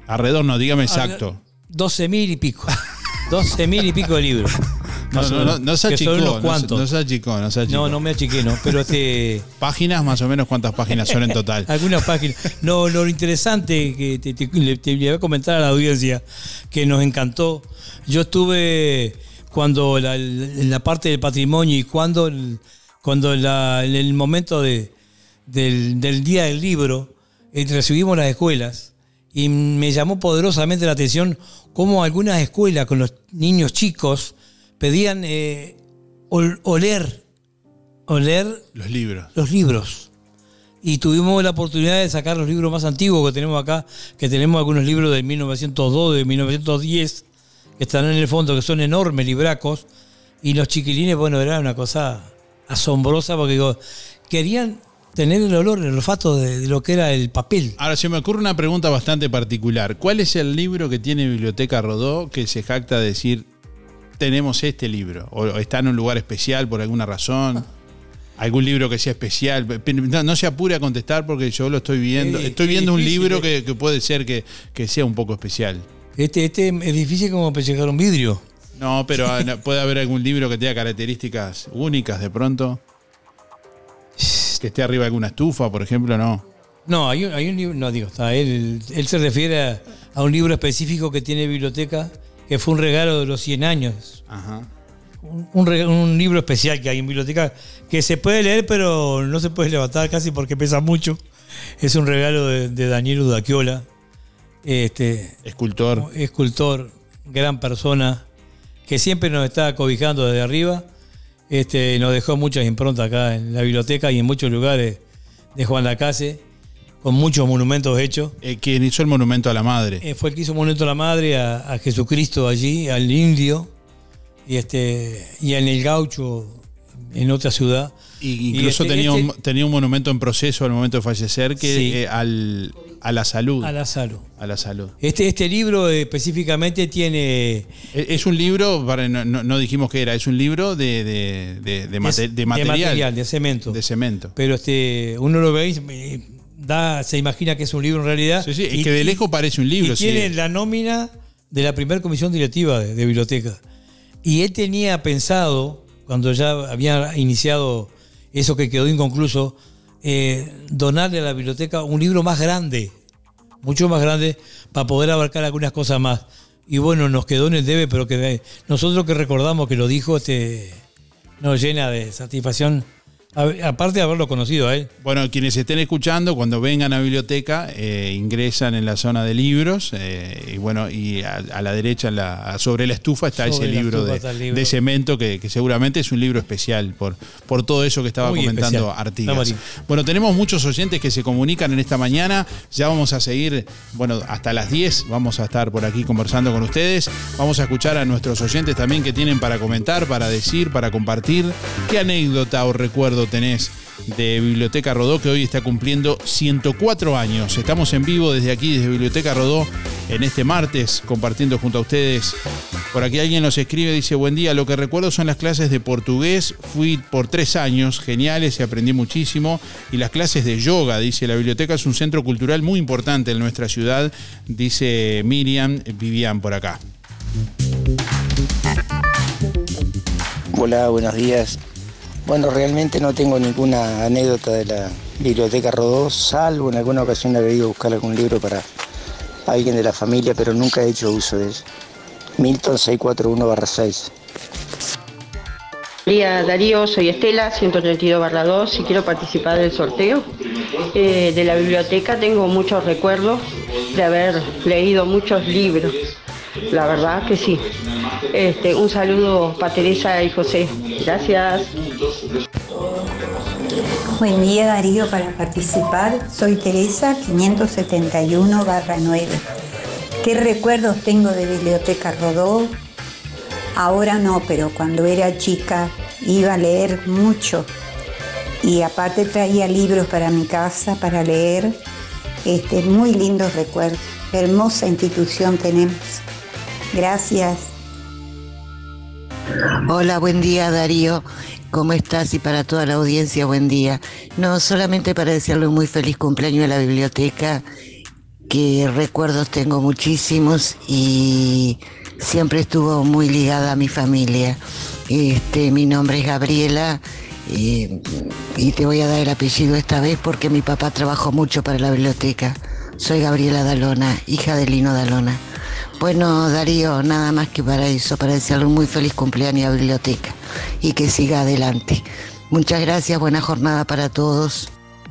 Alrededor no, dígame exacto. doce mil y pico. doce mil y pico de libros. No, no, no, no se achicó, son unos cuantos. No se achicó, no se achicó. No, no me achiqué, no. Pero este. Páginas, más o menos, ¿cuántas páginas son en total? Algunas páginas. No, lo interesante que te, te, te, te voy a comentar a la audiencia, que nos encantó. Yo estuve cuando la, en la parte del patrimonio y cuando, cuando la, en el momento de, del, del día del libro, eh, recibimos las escuelas y me llamó poderosamente la atención cómo algunas escuelas con los niños chicos pedían eh, ol, oler, oler los libros. Los libros. Y tuvimos la oportunidad de sacar los libros más antiguos que tenemos acá, que tenemos algunos libros de mil novecientos dos, de mil novecientos diez, que están en el fondo, que son enormes libracos. Y los chiquilines, bueno, era una cosa asombrosa porque digo, querían tener el olor, el olfato de, de lo que era el papel. Ahora, se me ocurre una pregunta bastante particular. ¿Cuál es el libro que tiene Biblioteca Rodó que se jacta de decir tenemos este libro? ¿O está en un lugar especial por alguna razón? ¿Algún libro que sea especial? No, no se apure a contestar porque yo lo estoy viendo. Es, estoy viendo es un difícil, libro que, que puede ser que, que sea un poco especial. Este, este es difícil como pellejar un vidrio. No, pero puede haber algún libro que tenga características únicas de pronto. Que esté arriba de alguna estufa, por ejemplo, no. No, hay un, hay un libro, no digo, está, él, él se refiere a, a un libro específico que tiene biblioteca, que fue un regalo de los cien años. Ajá. Un, un, un libro especial que hay en biblioteca, que se puede leer, pero no se puede levantar casi porque pesa mucho. Es un regalo de, de Daniel Udaquiola. Este, escultor. Escultor, gran persona, que siempre nos está cobijando desde arriba. Este, nos dejó muchas improntas acá en la biblioteca y en muchos lugares de Juan Lacase, con muchos monumentos hechos. Eh, ¿Quién hizo el monumento a la madre? Eh, fue el que hizo el monumento a la madre, a, a Jesucristo allí, al indio, y, este, y en el Gaucho, en otra ciudad. Y incluso y este, tenía, este, un, tenía un monumento en proceso al momento de fallecer, que sí. eh, al, a la salud. A la salud. A la salud. Este, este libro eh, específicamente tiene... Es un libro, para, no, no dijimos que era, es un libro de, de, de, de, mate, de material. De material, de cemento. De cemento. Pero este, uno lo ve y da, se imagina que es un libro en realidad. Sí, sí, y que de lejos parece un libro. Y tiene sí. la nómina de la primera comisión directiva de, de biblioteca. Y él tenía pensado, cuando ya había iniciado eso que quedó inconcluso, eh, donarle a la biblioteca un libro más grande, mucho más grande, para poder abarcar algunas cosas más. Y bueno, nos quedó en el debe, pero que nosotros que recordamos que lo dijo, este, nos llena de satisfacción, aparte de haberlo conocido a él. Bueno, quienes estén escuchando, cuando vengan a la biblioteca, eh, ingresan en la zona de libros, eh, y bueno, y a, a la derecha, en la, sobre la estufa, está sobre ese libro, de, libro de cemento, que, que seguramente es un libro especial por, por todo eso que estaba Muy comentando especial. Artigas. Bueno, tenemos muchos oyentes que se comunican en esta mañana, ya vamos a seguir, bueno, hasta las diez vamos a estar por aquí conversando con ustedes, vamos a escuchar a nuestros oyentes también que tienen para comentar, para decir, para compartir, qué anécdota o recuerdo tenés de Biblioteca Rodó, que hoy está cumpliendo ciento cuatro años. Estamos en vivo desde aquí, desde Biblioteca Rodó, en este martes, compartiendo junto a ustedes. Por aquí alguien nos escribe, dice: buen día, lo que recuerdo son las clases de portugués, fui por tres años, geniales y aprendí muchísimo, y las clases de yoga, dice, la biblioteca es un centro cultural muy importante en nuestra ciudad, dice Miriam Vivian por acá. Hola, buenos días. Bueno, realmente no tengo ninguna anécdota de la Biblioteca Rodó, salvo en alguna ocasión haber ido a buscar algún libro para alguien de la familia, pero nunca he hecho uso de eso. Milton seiscientos cuarenta y uno barra seis. Buen día, Darío, soy Estela, ciento treinta y dos barra dos, y quiero participar del sorteo. Eh, de la biblioteca tengo muchos recuerdos de haber leído muchos libros, la verdad que sí. Este, un saludo para Teresa y José. Gracias. Buen día, Darío, para participar. Soy Teresa, quinientos setenta y uno barra nueve. ¿Qué recuerdos tengo de Biblioteca Rodó? Ahora no, pero cuando era chica iba a leer mucho. Y aparte traía libros para mi casa para leer. Este, muy lindos recuerdos. Hermosa institución tenemos. Gracias. Hola, buen día, Darío. ¿Cómo estás? Y para toda la audiencia, buen día. No, solamente para desearle un muy feliz cumpleaños a la biblioteca, que recuerdos tengo muchísimos y siempre estuvo muy ligada a mi familia. Este, mi nombre es Gabriela eh, y te voy a dar el apellido esta vez porque mi papá trabajó mucho para la biblioteca. Soy Gabriela Dalona, hija de Lino Dalona. Bueno, Darío, nada más que para eso, para desearle un muy feliz cumpleaños a la biblioteca y que siga adelante. Muchas gracias, buena jornada para todos.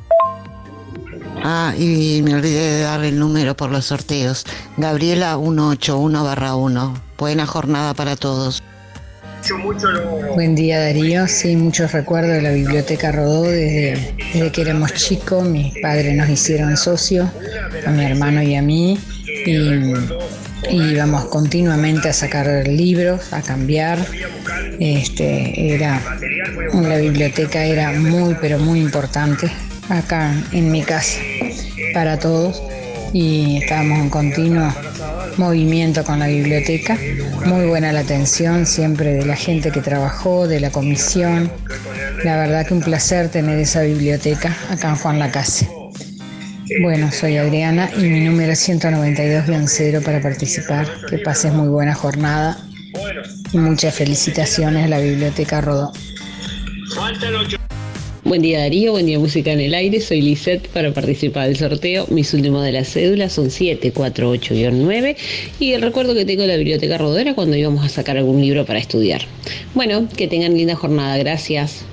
Ah, y me olvidé de dar el número por los sorteos. Gabriela ciento ochenta y uno barra uno. Buena jornada para todos. Buen día, Darío. Sí, muchos recuerdos de la Biblioteca Rodó desde, desde que éramos chicos. Mis padres nos hicieron socios, a mi hermano y a mí, y, y íbamos continuamente a sacar libros, a cambiar. Este, era, la biblioteca era muy, pero muy importante acá en mi casa para todos, y estábamos en continuo movimiento con la biblioteca. Muy buena la atención siempre de la gente que trabajó, de la comisión. La verdad que un placer tener esa biblioteca acá en Juan Lacase. Bueno, soy Adriana y mi número es ciento noventa y dos guión cero para participar. Que pases muy buena jornada y muchas felicitaciones a la Biblioteca Rodó. Buen día, Darío, buen día, Música en el Aire. Soy Lisette para participar del sorteo. Mis últimos de las cédulas son siete cuatro ocho guión nueve y el recuerdo que tengo de la Biblioteca Rodó era cuando íbamos a sacar algún libro para estudiar. Bueno, que tengan linda jornada, gracias.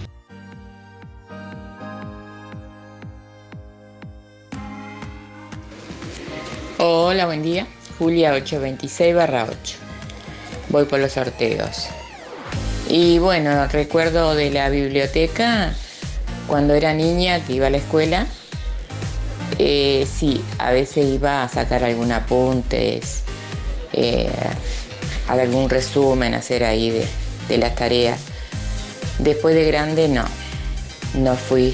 Hola, buen día. Julia ochocientos veintiséis barra ocho. Voy por los sorteos. Y bueno, recuerdo de la biblioteca cuando era niña que iba a la escuela. Eh, sí, a veces iba a sacar algún apuntes, eh, algún resumen, hacer ahí de, de las tareas. Después de grande no, no fui.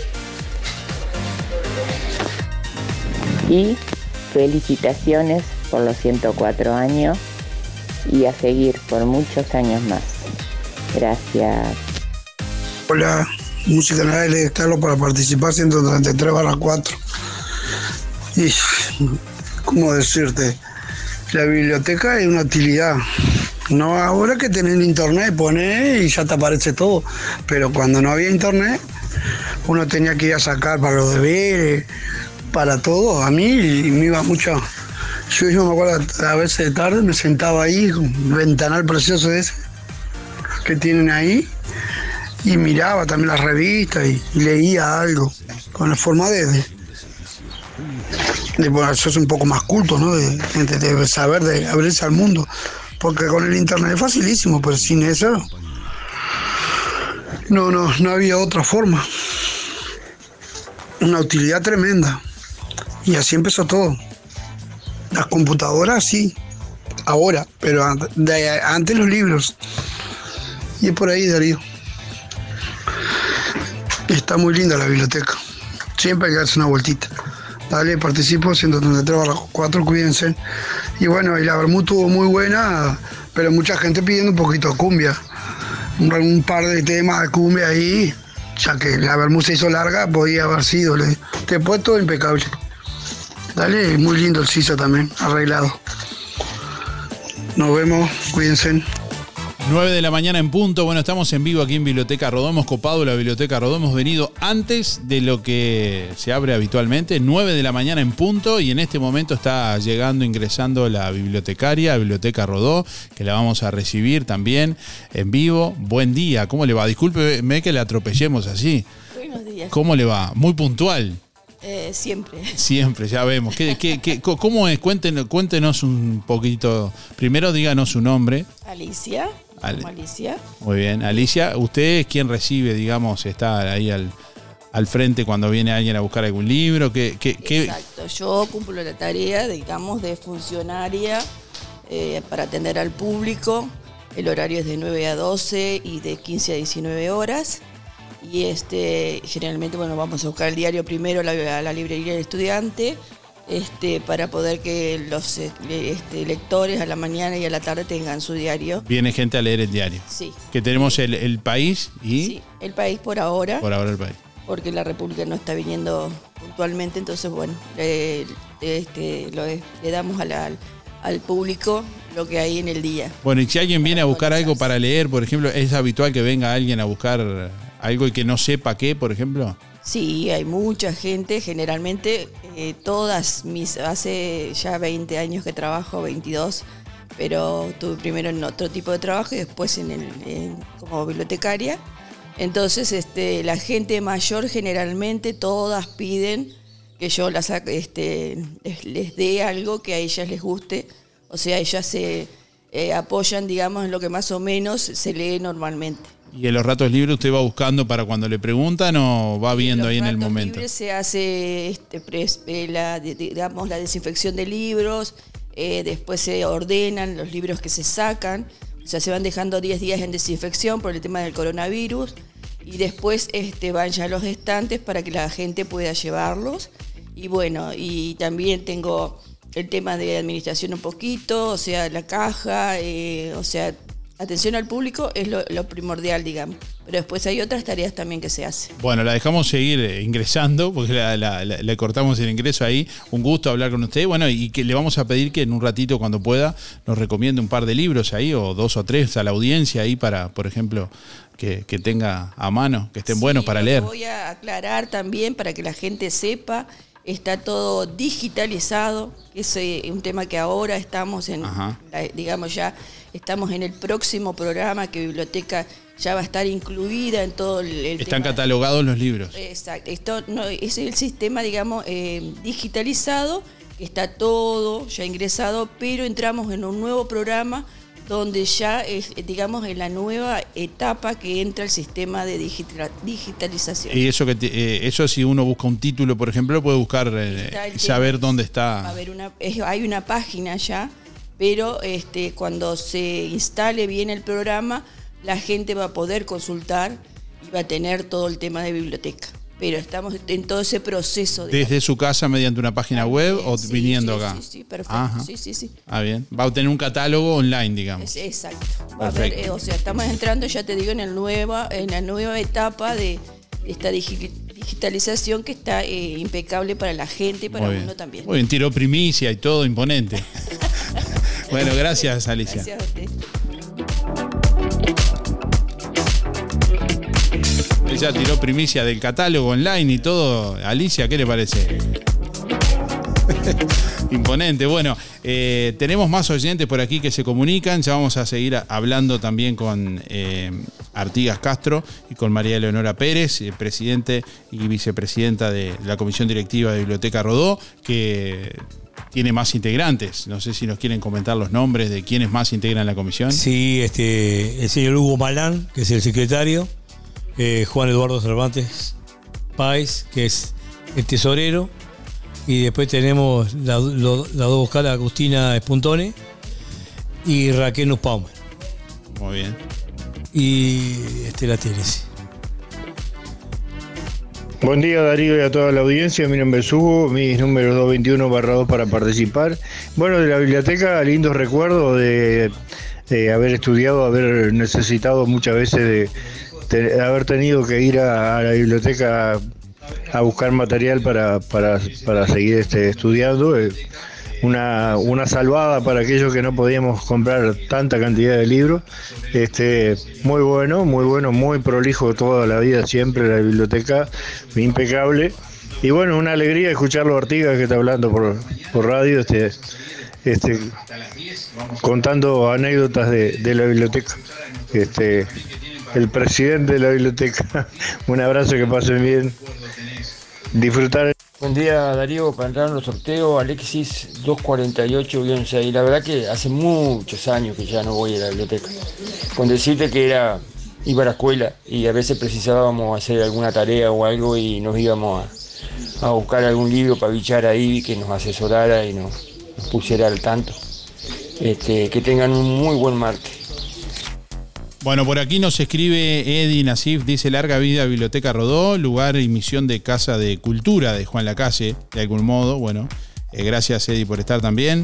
Y felicitaciones por los ciento cuatro años y a seguir por muchos años más. Gracias. Hola, Música en el Aire, Carlos para participar, ciento treinta y tres barra cuatro. Y, ¿cómo decirte? La biblioteca es una utilidad. No ahora que tenés internet, ponés y ya te aparece todo. Pero cuando no había internet, uno tenía que ir a sacar para los deberes, para todo. A mí me iba mucho. Yo, yo me acuerdo a veces de tarde, me sentaba ahí, con un ventanal precioso ese que tienen ahí, y miraba también las revistas y, y leía algo, con la forma de, de, de bueno, eso es un poco más culto, ¿no? De, de, de saber, de abrirse al mundo, porque con el internet es facilísimo, pero sin eso no, no, no había otra forma. Una utilidad tremenda, y así empezó todo. Las computadoras sí, ahora, pero antes, de, antes los libros. Y es por ahí, Darío. Está muy linda la biblioteca. Siempre hay que darse una vueltita. Dale, participo, ciento treinta y tres barra cuatro, cuídense. Y bueno, y la Bermú estuvo muy buena, pero mucha gente pidiendo un poquito de cumbia. Un, un par de temas de cumbia ahí, ya que la Bermú se hizo larga, podía haber sido. Le, después todo impecable. Dale, muy lindo el Sisa también, arreglado. Nos vemos, cuídense. nueve de la mañana en punto. Bueno, estamos en vivo aquí en Biblioteca Rodó. Hemos copado la Biblioteca Rodó. Hemos venido antes de lo que se abre habitualmente. nueve de la mañana en punto. Y en este momento está llegando, ingresando la bibliotecaria, Biblioteca Rodó, que la vamos a recibir también en vivo. Buen día. ¿Cómo le va? Discúlpeme que le atropellemos así. Buenos días. ¿Cómo le va? Muy puntual. Eh, siempre. Siempre, ya vemos. ¿Qué, qué, qué, ¿Cómo es? Cuéntenos, cuéntenos un poquito. Primero díganos su nombre. Alicia. Ale. Alicia. Muy bien. Alicia, usted es quien recibe, digamos, está ahí al, al frente cuando viene alguien a buscar algún libro. ¿Qué, qué, qué? Exacto. Yo cumplo la tarea, digamos, de funcionaria eh, para atender al público. El horario es de nueve a doce y de quince a diecinueve horas. Y este, generalmente, bueno, vamos a buscar el diario primero a la, a la librería del estudiante, este, para poder que los este, lectores a la mañana y a la tarde tengan su diario. Viene gente a leer el diario. Sí. Que tenemos el, el País y... Sí, El País por ahora. Por ahora el País. porque la República no está viniendo puntualmente, entonces bueno, eh, este, lo, le damos a la, al, al público lo que hay en el día. Bueno, y si alguien viene a buscar algo para leer, por ejemplo, ¿es habitual que venga alguien a buscar algo y que no sepa qué, por ejemplo? Sí, hay mucha gente, generalmente eh, todas mis, hace ya veinte años que trabajo, veintidós, pero tuve primero en otro tipo de trabajo y después en el, en, como bibliotecaria. Entonces este, la gente mayor generalmente todas piden que yo las, este, les, les dé algo que a ellas les guste, o sea, ellas se eh, apoyan, digamos, en lo que más o menos se lee normalmente. ¿Y en los ratos libres usted va buscando para cuando le preguntan o va viendo ahí en el momento? En los ratos libres se hace este, pres, eh, la, digamos, la desinfección de libros, eh, después se ordenan los libros que se sacan, o sea, se van dejando diez días en desinfección por el tema del coronavirus y después este, van ya a los estantes para que la gente pueda llevarlos. Y bueno, y también tengo el tema de administración un poquito, o sea, la caja, eh, o sea... Atención al público es lo, lo primordial, digamos. Pero después hay otras tareas también que se hacen. Bueno, la dejamos seguir ingresando, porque la, la, la, le cortamos el ingreso ahí. Un gusto hablar con usted. Bueno, y que le vamos a pedir que en un ratito, cuando pueda, nos recomiende un par de libros ahí, o dos o tres a la audiencia ahí para, por ejemplo, que, que tenga a mano, que estén sí, buenos para leer. Voy a aclarar también para que la gente sepa. Está todo digitalizado, que es eh, un tema que ahora estamos en, la, digamos ya, estamos en el próximo programa que Biblioteca ya va a estar incluida en todo el, el Están tema. Catalogados los libros. Exacto, esto no, es el sistema, digamos, eh, digitalizado, que está todo ya ingresado, pero entramos en un nuevo programa donde ya es, digamos, en la nueva etapa que entra el sistema de digital, digitalización. Y eso que te, eh, eso si uno busca un título, por ejemplo, puede buscar, eh, saber dónde está. A ver, una, es, hay una página ya, pero este, cuando se instale bien el programa, la gente va a poder consultar y va a tener todo el tema de biblioteca. Pero estamos en todo ese proceso. Digamos. ¿Desde su casa mediante una página ah, web bien, o sí, viniendo sí, acá? Sí, sí, perfecto. Ajá. Sí, sí, sí. Ah, bien. Va a tener un catálogo online, digamos. Es, exacto. Va a haber, eh, o sea, estamos entrando, ya te digo, en, el nueva, en la nueva etapa de esta digi- digitalización que está eh, impecable para la gente y para uno también. Muy bien, tiró primicia y todo, imponente. Bueno, gracias, Alicia. Gracias a usted. Ella tiró primicia del catálogo online y todo. Alicia, ¿qué le parece? Imponente. Bueno, eh, tenemos más oyentes por aquí que se comunican. Ya vamos a seguir hablando también con eh, Artigas Castro y con María Leonora Pérez, eh, presidente y vicepresidenta de la Comisión Directiva de Biblioteca Rodó, que tiene más integrantes. No sé si nos quieren comentar los nombres de quiénes más integran la comisión. Sí, este, el señor Hugo Malán, que es el secretario. Eh, Juan Eduardo Cervantes Páez, que es el tesorero, y después tenemos la, lo, la dos vocal Agustina Espuntone y Raquel Nussbaumer. Muy bien. Y Estela Teres. Buen día, Darío, y a toda la audiencia. Mi nombre es Hugo, mis números doscientos veintiuno barra dos para participar. Bueno, de la biblioteca, lindos recuerdos de, de haber estudiado, haber necesitado muchas veces de De haber tenido que ir a, a la biblioteca a buscar material para, para, para seguir este, estudiando. Eh, una, una salvada para aquellos que no podíamos comprar tanta cantidad de libros. Este, muy bueno, muy bueno, muy prolijo toda la vida, siempre la biblioteca, impecable. Y bueno, una alegría escucharlo a Artigas, que está hablando por, por radio, este, este, contando anécdotas de, de la biblioteca. Este, el presidente de la biblioteca. Un abrazo, que pasen bien. Disfrutar. Buen día, Darío, para entrar en los sorteos, Alexis doscientos cuarenta y ocho guión seis. La verdad que hace muchos años que ya no voy a la biblioteca. Con decirte que era, iba a la escuela y a veces precisábamos hacer alguna tarea o algo y nos íbamos a, a buscar algún libro para bichar ahí, que nos asesorara y nos, nos pusiera al tanto. Este, que tengan un muy buen martes. Bueno, por aquí nos escribe Eddie Nasif, dice: larga vida Biblioteca Rodó, lugar y misión de Casa de Cultura de Juan Lacalle, de algún modo. Bueno, eh, gracias Eddie por estar también.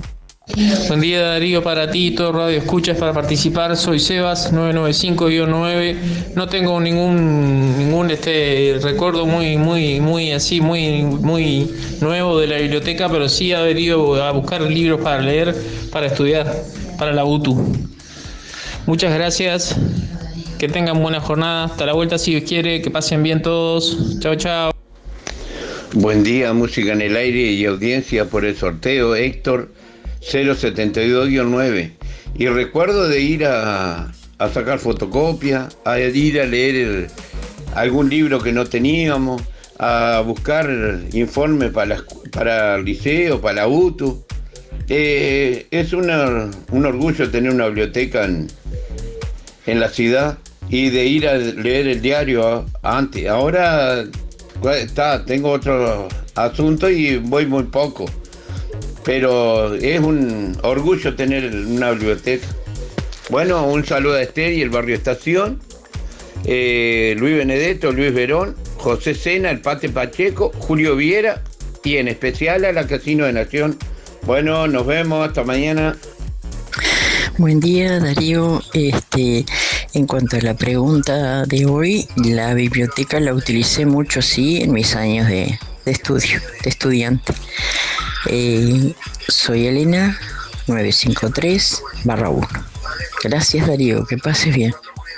Buen día Darío, para ti, todo Radio Escuchas para participar, soy Sebas nueve nueve cinco guión nueve. No tengo ningún ningún este recuerdo muy muy muy así muy muy nuevo de la biblioteca, pero sí haber ido a buscar libros para leer, para estudiar, para la U T U. Muchas gracias, que tengan buena jornada, hasta la vuelta si Dios quiere, que pasen bien todos. Chao, chao. Buen día, música en el aire y audiencia por el sorteo, Héctor cero setenta y dos guión nueve. Y recuerdo de ir a, a sacar fotocopia, a ir a leer el, algún libro que no teníamos, a buscar informes para, la, para el liceo, para la U T U. Eh, es una, un orgullo tener una biblioteca en, en la ciudad y de ir a leer el diario antes. Ahora está, tengo otro asunto y voy muy poco. Pero es un orgullo tener una biblioteca. Bueno, un saludo a Esther y el barrio Estación, eh, Luis Benedetto, Luis Verón, José Sena, el Pate Pacheco, Julio Viera y en especial a la Casino de Nación. Bueno, nos vemos, hasta mañana. Buen día Darío, este, en cuanto a la pregunta de hoy, la biblioteca la utilicé mucho, sí, en mis años de, de estudio, de estudiante. Eh, soy Elena nueve cinco tres barra uno. Gracias Darío, que pases bien.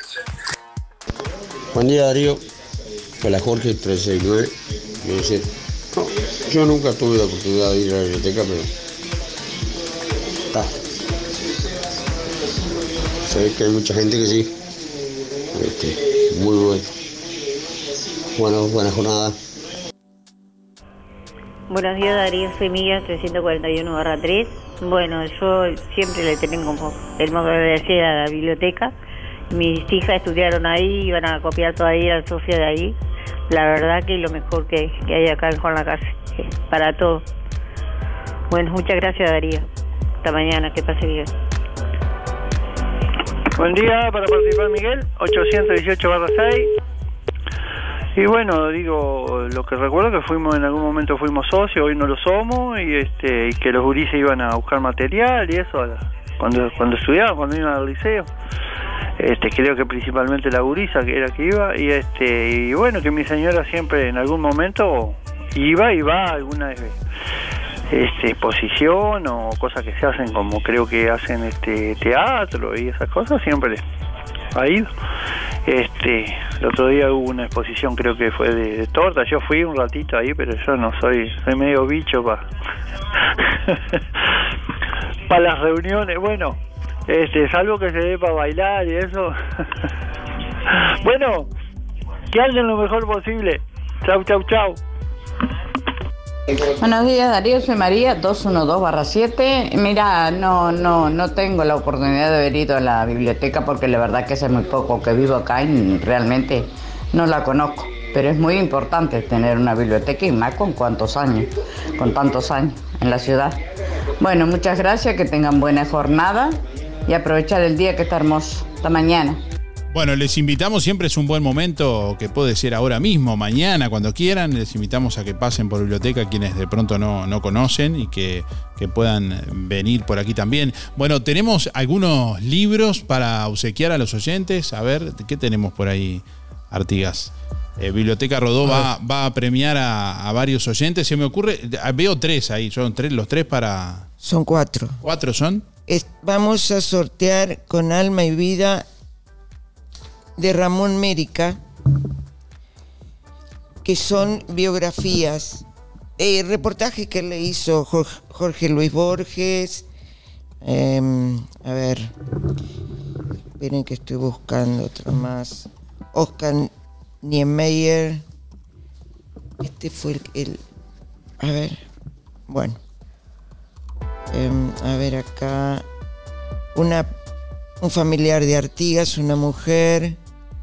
Buen día Darío, hola Jorge tres seis nueve. Yo, decía, no, yo nunca tuve la oportunidad de ir a la biblioteca, pero está. Se ve que hay mucha gente que sí. Este, muy bueno. Bueno, buena jornada. Buenos días Darío, soy Miguel trescientos cuarenta y uno barra tres. Bueno, yo siempre le tengo como el modo de decir a la biblioteca. Mis hijas estudiaron ahí, iban a copiar todo ahí, al socio de ahí. La verdad que es lo mejor que, que hay acá en Juan Lacase, para todo. Bueno, muchas gracias Darío. Hasta mañana, que pase bien. Buen día, para participar Miguel, ochocientos dieciocho barra seis. Y bueno, digo, lo que recuerdo que fuimos en algún momento fuimos socios, hoy no lo somos, y este y que los gurises iban a buscar material y eso cuando cuando estudiaban, cuando iban al liceo. Este, creo que principalmente la gurisa que era que iba, y este y bueno, que mi señora siempre en algún momento iba y va a alguna este, exposición o cosas que se hacen, como creo que hacen este teatro y esas cosas, siempre ha ido. Este, el otro día hubo una exposición, creo que fue de, de torta. Yo fui un ratito ahí, pero yo no soy, soy medio bicho para para las reuniones. Bueno, este, salvo que se dé para bailar y eso. Bueno, que anden lo mejor posible. Chau, chau, chau. Buenos días Darío, soy María doscientos doce barra siete. Mira, no, no, no tengo la oportunidad de haber ido a la biblioteca porque la verdad que hace muy poco que vivo acá y realmente no la conozco. Pero es muy importante tener una biblioteca y más con cuántos años, con tantos años en la ciudad. Bueno, muchas gracias, que tengan buena jornada y aprovechar el día que está hermoso. Hasta mañana. Bueno, les invitamos, siempre es un buen momento, que puede ser ahora mismo, mañana, cuando quieran. Les invitamos a que pasen por biblioteca quienes de pronto no, no conocen y que, que puedan venir por aquí también. Bueno, tenemos algunos libros para obsequiar a los oyentes. A ver, ¿qué tenemos por ahí, Artigas? Eh, Biblioteca Rodó va, va a premiar a, a varios oyentes. Se me ocurre, veo tres ahí, son tres, los tres para... Son cuatro. ¿Cuatro son? Es, vamos a sortear con Alma y Vida de Ramón Mérica, que son biografías, eh, reportajes que le hizo Jorge, Jorge Luis Borges. Eh, a ver, esperen que estoy buscando otro más. Oscar Niemeyer. Este fue el, el a ver, bueno, eh, a ver acá, una un familiar de Artigas, una mujer.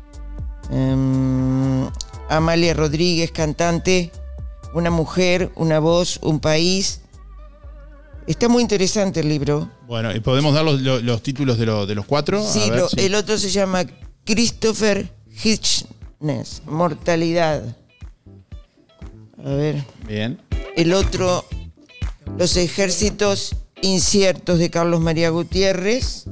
Um, Amalia Rodríguez, cantante, una mujer, una voz, un país. Está muy interesante el libro. Bueno, ¿y podemos dar los, los, los títulos de, lo, de los cuatro? Sí, A ver, lo, sí, el otro se llama Christopher Hitchens, Mortalidad. A ver. Bien. El otro, Los ejércitos inciertos de Carlos María Gutiérrez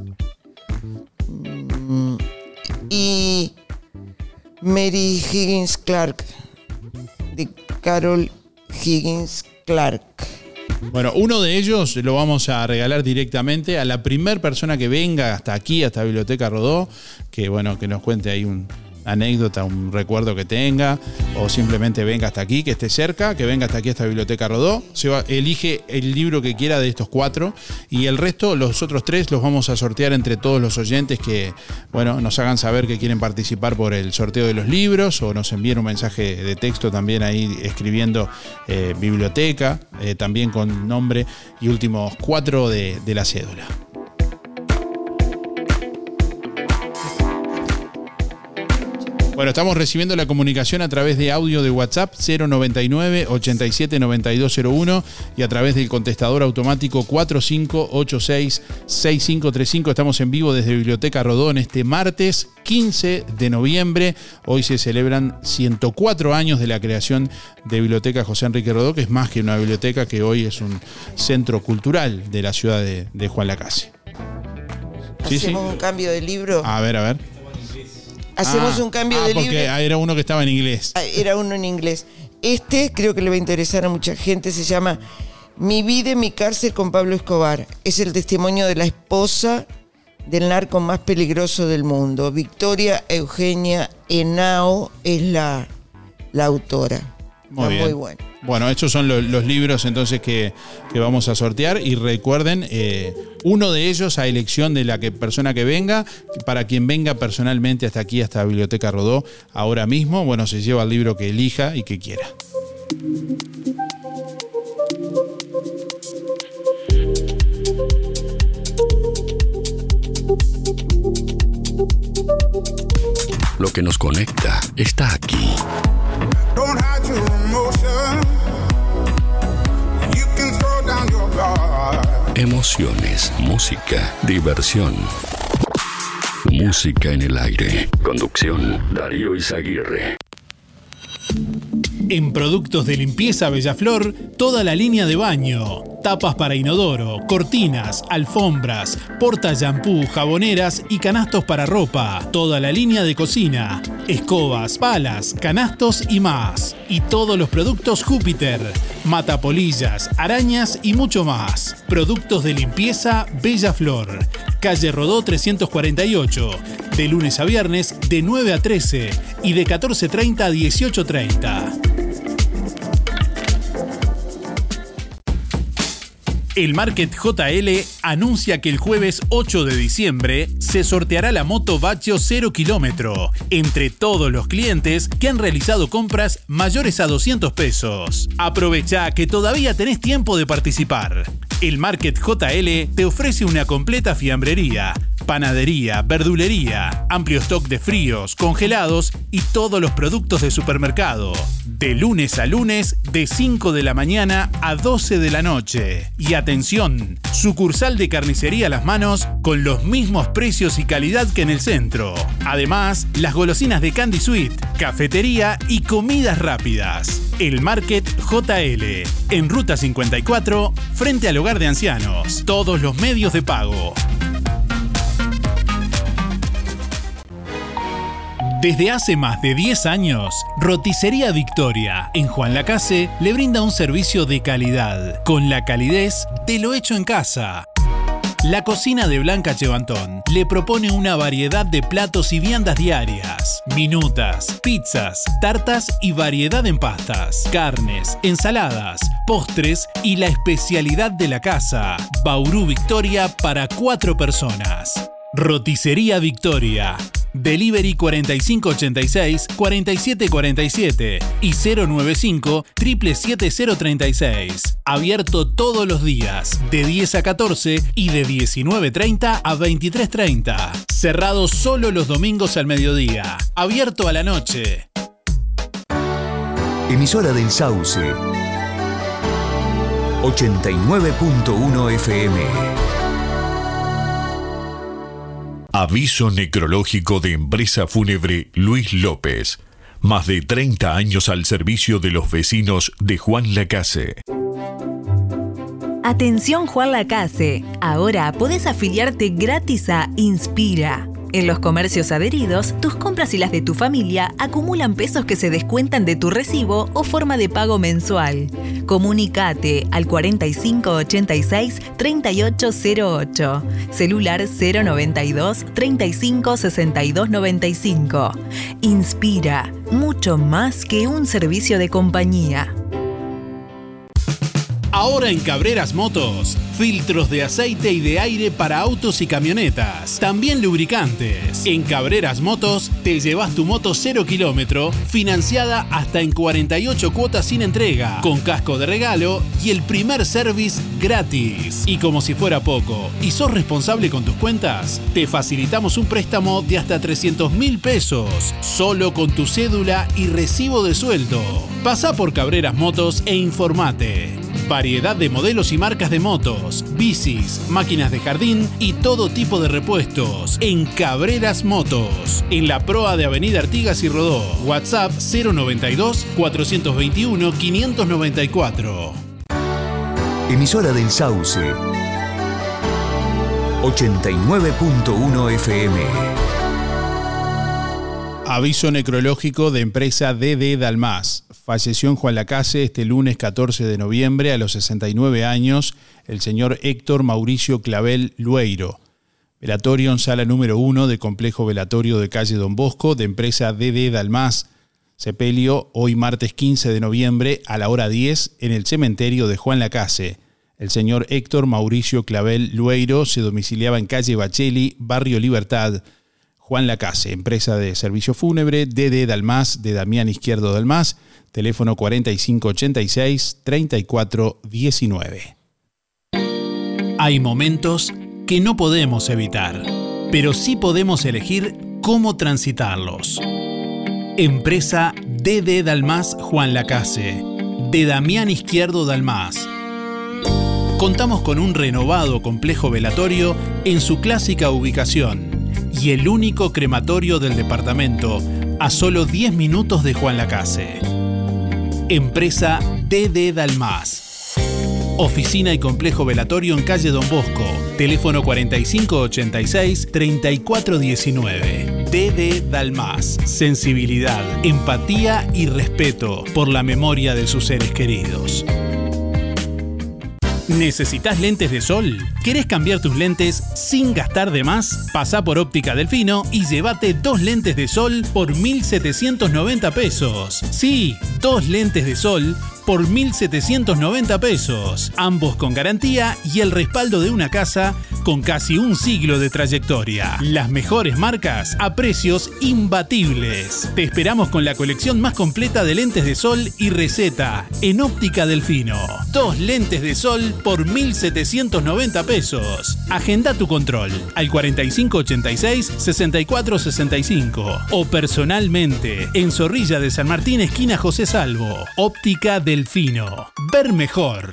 y Mary Higgins Clark, de Carol Higgins Clark. Bueno, uno de ellos lo vamos a regalar directamente a la primer persona que venga hasta aquí, hasta Biblioteca Rodó, que bueno, que nos cuente ahí un anécdota, un recuerdo que tenga, o simplemente venga hasta aquí, que esté cerca, que venga hasta aquí, hasta Biblioteca Rodó. Se va, elige el libro que quiera de estos cuatro y el resto, los otros tres, los vamos a sortear entre todos los oyentes que, bueno, nos hagan saber que quieren participar por el sorteo de los libros o nos envíen un mensaje de texto también ahí escribiendo eh, biblioteca, eh, también con nombre y últimos cuatro de, de la cédula. Bueno, estamos recibiendo la comunicación a través de audio de WhatsApp cero noventa y nueve, ochenta y siete, noventa y dos cero uno y a través del contestador automático cuatro cinco ocho seis, seis cinco tres cinco. Estamos en vivo desde Biblioteca Rodó en este martes quince de noviembre. Hoy se celebran ciento cuatro años de la creación de Biblioteca José Enrique Rodó, que es más que una biblioteca, que hoy es un centro cultural de la ciudad de, de Juan Lacase. ¿Sí, ¿Hacemos sí? un cambio de libro? A ver, a ver. Hacemos ah, un cambio ah, de porque libro. Era uno que estaba en inglés. Era uno en inglés. Este creo que le va a interesar a mucha gente. Se llama Mi vida en mi cárcel con Pablo Escobar. Es el testimonio de la esposa del narco más peligroso del mundo. Victoria Eugenia Henao es la, la autora. Muy Está bien. Muy bueno. Bueno, estos son los, los libros entonces que, que vamos a sortear y recuerden, eh, uno de ellos a elección de la que, persona que venga, para quien venga personalmente hasta aquí, hasta Biblioteca Rodó, ahora mismo, bueno, se lleva el libro que elija y que quiera. Lo que nos conecta está aquí. Emociones, música, diversión. Música en el aire. Conducción, Darío Izaguirre. En Productos de Limpieza Bellaflor, toda la línea de baño, tapas para inodoro, cortinas, alfombras, porta shampoo, jaboneras y canastos para ropa, toda la línea de cocina, escobas, palas, canastos y más. Y todos los productos Júpiter, matapolillas, arañas y mucho más. Productos de Limpieza Bellaflor, calle Rodó trescientos cuarenta y ocho, de lunes a viernes de nueve a trece y de catorce treinta a dieciocho treinta. El Market J L anuncia que el jueves ocho de diciembre se sorteará la moto Baccio cero kilómetro entre todos los clientes que han realizado compras mayores a doscientos pesos. Aprovecha que todavía tenés tiempo de participar. El Market J L te ofrece una completa fiambrería, panadería, verdulería, amplio stock de fríos, congelados y todos los productos de supermercado. De lunes a lunes, de cinco de la mañana a doce de la noche. Y atención, sucursal de Carnicería Las Manos con los mismos precios y calidad que en el centro. Además, las golosinas de Candy Sweet, cafetería y comidas rápidas. El Market J L, en Ruta cincuenta y cuatro, frente al Hogar de Ancianos. Todos los medios de pago. Desde hace más de diez años, Roticería Victoria, en Juan Lacase, le brinda un servicio de calidad, con la calidez de lo hecho en casa. La cocina de Blanca Chevantón le propone una variedad de platos y viandas diarias, minutas, pizzas, tartas y variedad en pastas, carnes, ensaladas, postres y la especialidad de la casa, Bauru Victoria para cuatro personas. Roticería Victoria. Delivery cuarenta y cinco ochenta y seis, cuarenta y siete cuarenta y siete y cero noventa y cinco, siete siete cero treinta y seis. Abierto todos los días, de diez a catorce y de diecinueve treinta a veintitrés treinta. Cerrado solo los domingos al mediodía. Abierto a la noche. Emisora del Sauce. ochenta y nueve punto uno F M. Aviso necrológico de Empresa Fúnebre Luis López. Más de treinta años al servicio de los vecinos de Juan Lacase. Atención Juan Lacase, ahora podés afiliarte gratis a Inspira. En los comercios adheridos, tus compras y las de tu familia acumulan pesos que se descuentan de tu recibo o forma de pago mensual. Comunicate al cuarenta y cinco ochenta y seis treinta y ocho cero ocho, celular cero noventa y dos treinta y cinco sesenta y dos noventa y cinco. Inspira, mucho más que un servicio de compañía. Ahora en Cabreras Motos, filtros de aceite y de aire para autos y camionetas. También lubricantes. En Cabreras Motos te llevas tu moto cero kilómetro, financiada hasta en cuarenta y ocho cuotas sin entrega, con casco de regalo y el primer service gratis. Y como si fuera poco, y sos responsable con tus cuentas, te facilitamos un préstamo de hasta trescientos mil pesos, solo con tu cédula y recibo de sueldo. Pasá por Cabreras Motos e informate. Variedad de modelos y marcas de motos, bicis, máquinas de jardín y todo tipo de repuestos en Cabreras Motos, en la proa de Avenida Artigas y Rodó. WhatsApp cero noventa y dos cuatrocientos veintiuno quinientos noventa y cuatro. Emisora del Sauce. ochenta y nueve punto uno F M. Aviso necrológico de empresa D D Dalmas. Falleció en Juan Lacase este lunes catorce de noviembre a los sesenta y nueve años el señor Héctor Mauricio Clavel Lueiro. Velatorio en sala número uno de complejo velatorio de calle Don Bosco de empresa D D Dalmas. Sepelio hoy martes quince de noviembre a la hora diez en el cementerio de Juan Lacase. El señor Héctor Mauricio Clavel Lueiro se domiciliaba en calle Bacheli, barrio Libertad. Juan Lacase, empresa de servicio fúnebre, D D Dalmas, de Damián Izquierdo Dalmas, teléfono cuarenta y cinco ochenta y seis treinta y cuatro diecinueve. Hay momentos que no podemos evitar, pero sí podemos elegir cómo transitarlos. Empresa D D Dalmas Juan Lacase, de Damián Izquierdo Dalmas. Contamos con un renovado complejo velatorio en su clásica ubicación y el único crematorio del departamento a solo diez minutos de Juan Lacase. Empresa D D Dalmas. Oficina y complejo velatorio en calle Don Bosco. Teléfono cuarenta y cinco ochenta y seis treinta y cuatro diecinueve. D D Dalmas. Sensibilidad, empatía y respeto por la memoria de sus seres queridos. ¿Necesitas lentes de sol? ¿Querés cambiar tus lentes sin gastar de más? Pasá por Óptica Delfino y llévate dos lentes de sol por mil setecientos noventa pesos. Sí, dos lentes de sol por mil setecientos noventa pesos. Ambos con garantía y el respaldo de una casa con casi un siglo de trayectoria. Las mejores marcas a precios imbatibles. Te esperamos con la colección más completa de lentes de sol y receta en Óptica Delfino. Dos lentes de sol por mil setecientos noventa pesos. Agenda tu control al cuarenta y cinco ochenta y seis sesenta y cuatro sesenta y cinco o personalmente en Zorrilla de San Martín, esquina José Salvo. Óptica Delfino. Ver mejor.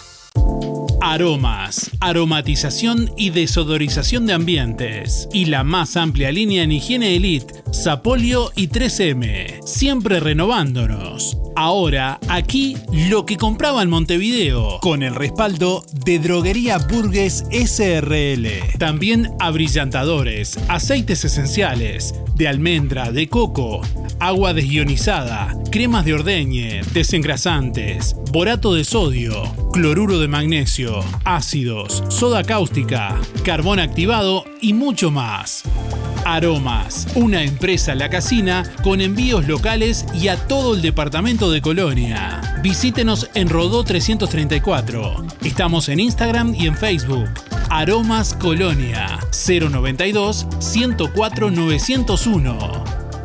Aromas, aromatización y desodorización de ambientes. Y la más amplia línea en higiene Elite, Sapolio y tres eme. Siempre renovándonos. Ahora, aquí, lo que compraba en Montevideo, con el respaldo de Droguería Burgues ese erre ele. También abrillantadores, aceites esenciales, de almendra, de coco, agua desionizada, cremas de ordeñe, desengrasantes, borato de sodio, cloruro de magnesio, ácidos, soda cáustica, carbón activado y mucho más. Aromas, una empresa lacasina con envíos locales y a todo el departamento de Colonia. Visítenos en Rodó trescientos treinta y cuatro. Estamos en Instagram y en Facebook. Aromas Colonia, cero noventa y dos ciento cuatro novecientos uno.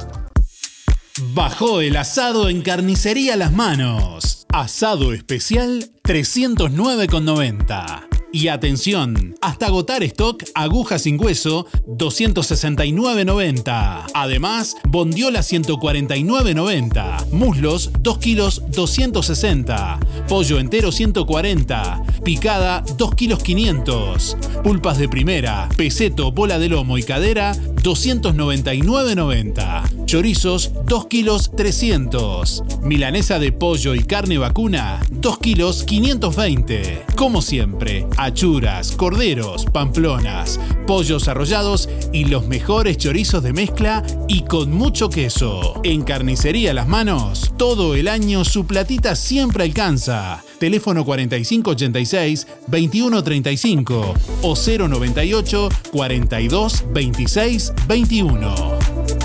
Bajó el asado en Carnicería Las Manos. Asado especial trescientos nueve con noventa. Y atención, hasta agotar stock, aguja sin hueso, doscientos sesenta y nueve con noventa. Además, bondiola ciento cuarenta y nueve con noventa. Muslos, dos kilos doscientos sesenta. Pollo entero ciento cuarenta. Picada, dos kilos quinientos. Pulpas de primera, peseto, bola de lomo y cadera, doscientos noventa y nueve con noventa. Chorizos, dos kilos trescientos. Milanesa de pollo y carne vacuna, dos kilos quinientos veinte. Como siempre, achuras, corderos, pamplonas, pollos arrollados y los mejores chorizos de mezcla y con mucho queso. En Carnicería Las Manos, todo el año su platita siempre alcanza. Teléfono cuarenta y cinco ochenta y seis, veintiuno treinta y cinco o cero noventa y ocho, cuarenta y dos, veintiséis, veintiuno.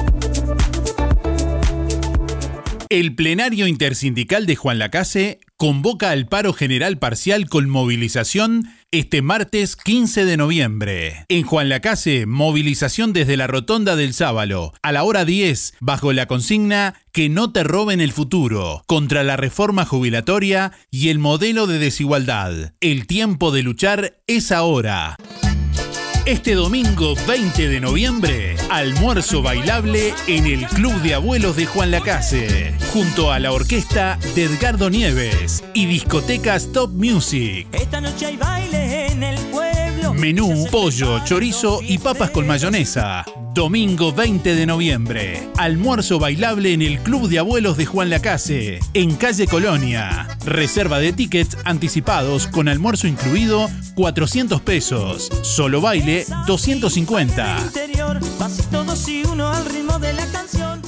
El plenario intersindical de Juan Lacase convoca al paro general parcial con movilización este martes quince de noviembre. En Juan Lacase, movilización desde la Rotonda del Sábalo a la hora diez, bajo la consigna "Que no te roben el futuro", contra la reforma jubilatoria y el modelo de desigualdad. El tiempo de luchar es ahora. Este domingo veinte de noviembre, almuerzo bailable en el Club de Abuelos de Juan Lacase, junto a la orquesta de Edgardo Nieves y discotecas Top Music. Esta noche hay baile en el pueblo. Menú, pollo, chorizo y papas con mayonesa. Domingo veinte de noviembre, almuerzo bailable en el Club de Abuelos de Juan Lacase, en calle Colonia. Reserva de tickets anticipados con almuerzo incluido, cuatrocientos pesos. Solo baile, doscientos cincuenta. Interior, todos y uno al ritmo de la canción.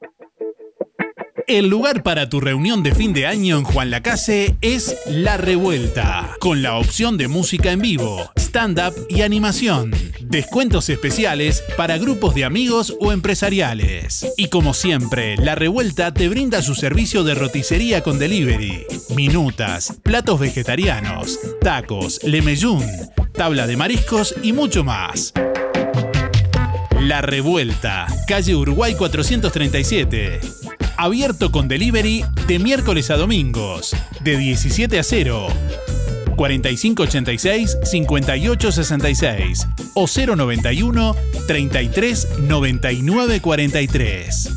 El lugar para tu reunión de fin de año en Juan Lacase es La Revuelta, con la opción de música en vivo, stand-up y animación. Descuentos especiales para grupos de amigos o empresariales. Y como siempre, La Revuelta te brinda su servicio de roticería con delivery, minutas, platos vegetarianos, tacos, lemellún, tabla de mariscos y mucho más. La Revuelta, calle Uruguay cuatrocientos treinta y siete. Abierto con delivery de miércoles a domingos, de diecisiete a cero. cuarenta y cinco ochenta y seis, cincuenta y ocho sesenta y seis o cero noventa y uno, treinta y tres, noventa y nueve cuarenta y tres.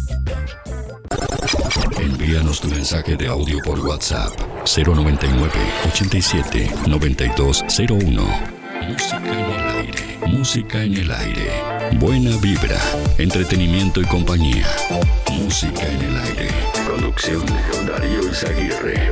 Envíanos tu mensaje de audio por WhatsApp cero noventa y nueve, ochenta y siete, noventa y dos cero uno. Música en el aire. Música en el aire. Buena vibra, entretenimiento y compañía. Música en el aire. Conducción Darío Izaguirre.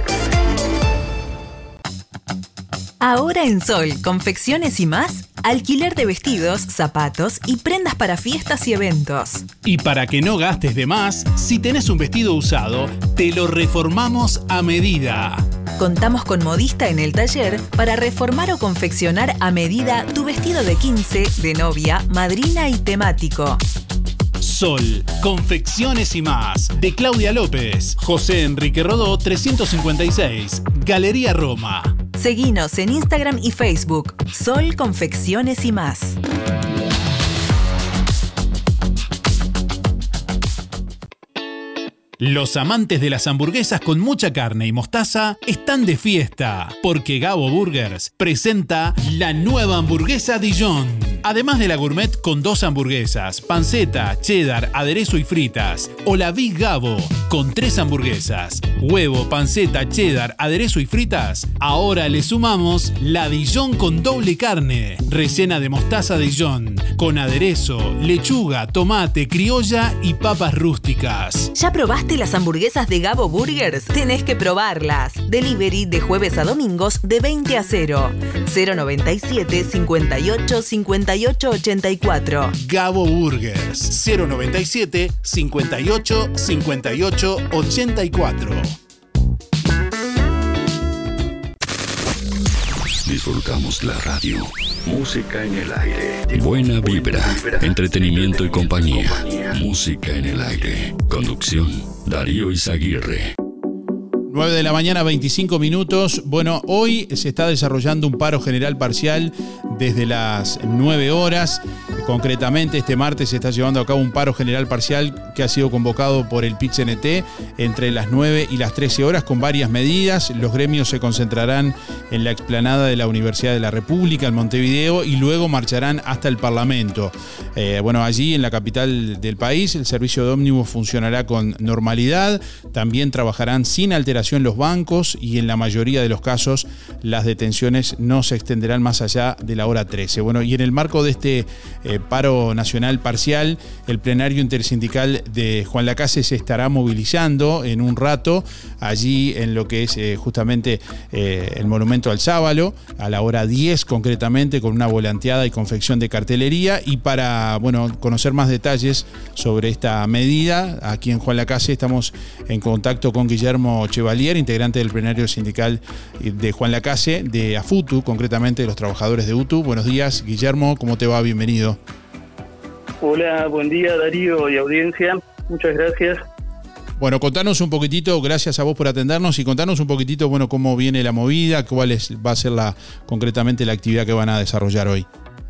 Ahora en Sol, confecciones y más, alquiler de vestidos, zapatos y prendas para fiestas y eventos. Y para que no gastes de más, si tenés un vestido usado, te lo reformamos a medida. Contamos con modista en el taller para reformar o confeccionar a medida tu vestido de quince, de novia, madrina y temático. Sol, confecciones y más, de Claudia López, José Enrique Rodó trescientos cincuenta y seis, Galería Roma. Seguinos en Instagram y Facebook, Sol, confecciones y más. Los amantes de las hamburguesas con mucha carne y mostaza están de fiesta, porque Gabo Burgers presenta la nueva hamburguesa Dijon. Además de la gourmet con dos hamburguesas, panceta, cheddar, aderezo y fritas, o la Big Gabo con tres hamburguesas, huevo, panceta, cheddar, aderezo y fritas, ahora le sumamos la Dijon con doble carne, rellena de mostaza Dijon, con aderezo, lechuga, tomate, criolla y papas rústicas. ¿Ya probaste las hamburguesas de Gabo Burgers? Tenés que probarlas. Delivery de jueves a domingos de veinte a cero. cero noventa y siete, cincuenta y ocho, cincuenta y ocho ochenta y cuatro. Gabo Burgers. cero noventa y siete, cincuenta y ocho, cincuenta y ocho ochenta y cuatro. Disfrutamos la radio. Música en el aire. Buena vibra, entretenimiento y compañía. Música en el aire. Conducción Darío Izaguirre. nueve de la mañana, veinticinco minutos. Bueno, hoy se está desarrollando un paro general parcial desde las nueve horas. Concretamente, este martes se está llevando a cabo un paro general parcial que ha sido convocado por el P I T C N T entre las nueve y las trece horas con varias medidas. Los gremios se concentrarán en la explanada de la Universidad de la República en Montevideo y luego marcharán hasta el Parlamento. Eh, bueno, allí en la capital del país el servicio de ómnibus funcionará con normalidad. También trabajarán sin alteración los bancos y en la mayoría de los casos las detenciones no se extenderán más allá de la hora hora trece. Bueno, y en el marco de este eh, paro nacional parcial, el plenario intersindical de Juan Lacase se estará movilizando en un rato allí en lo que es eh, justamente eh, el monumento al Sábalo, a la hora diez concretamente, con una volanteada y confección de cartelería. Y para, bueno, conocer más detalles sobre esta medida, aquí en Juan Lacase estamos en contacto con Guillermo Chevalier, integrante del plenario sindical de Juan Lacase, de AFUTU, concretamente de los trabajadores de U T U. Buenos días, Guillermo, ¿cómo te va? Bienvenido. Hola, buen día Darío y audiencia, muchas gracias. Bueno, contanos un poquitito, gracias a vos por atendernos, y contanos un poquitito, bueno, cómo viene la movida, cuál es, va a ser la concretamente la actividad que van a desarrollar hoy.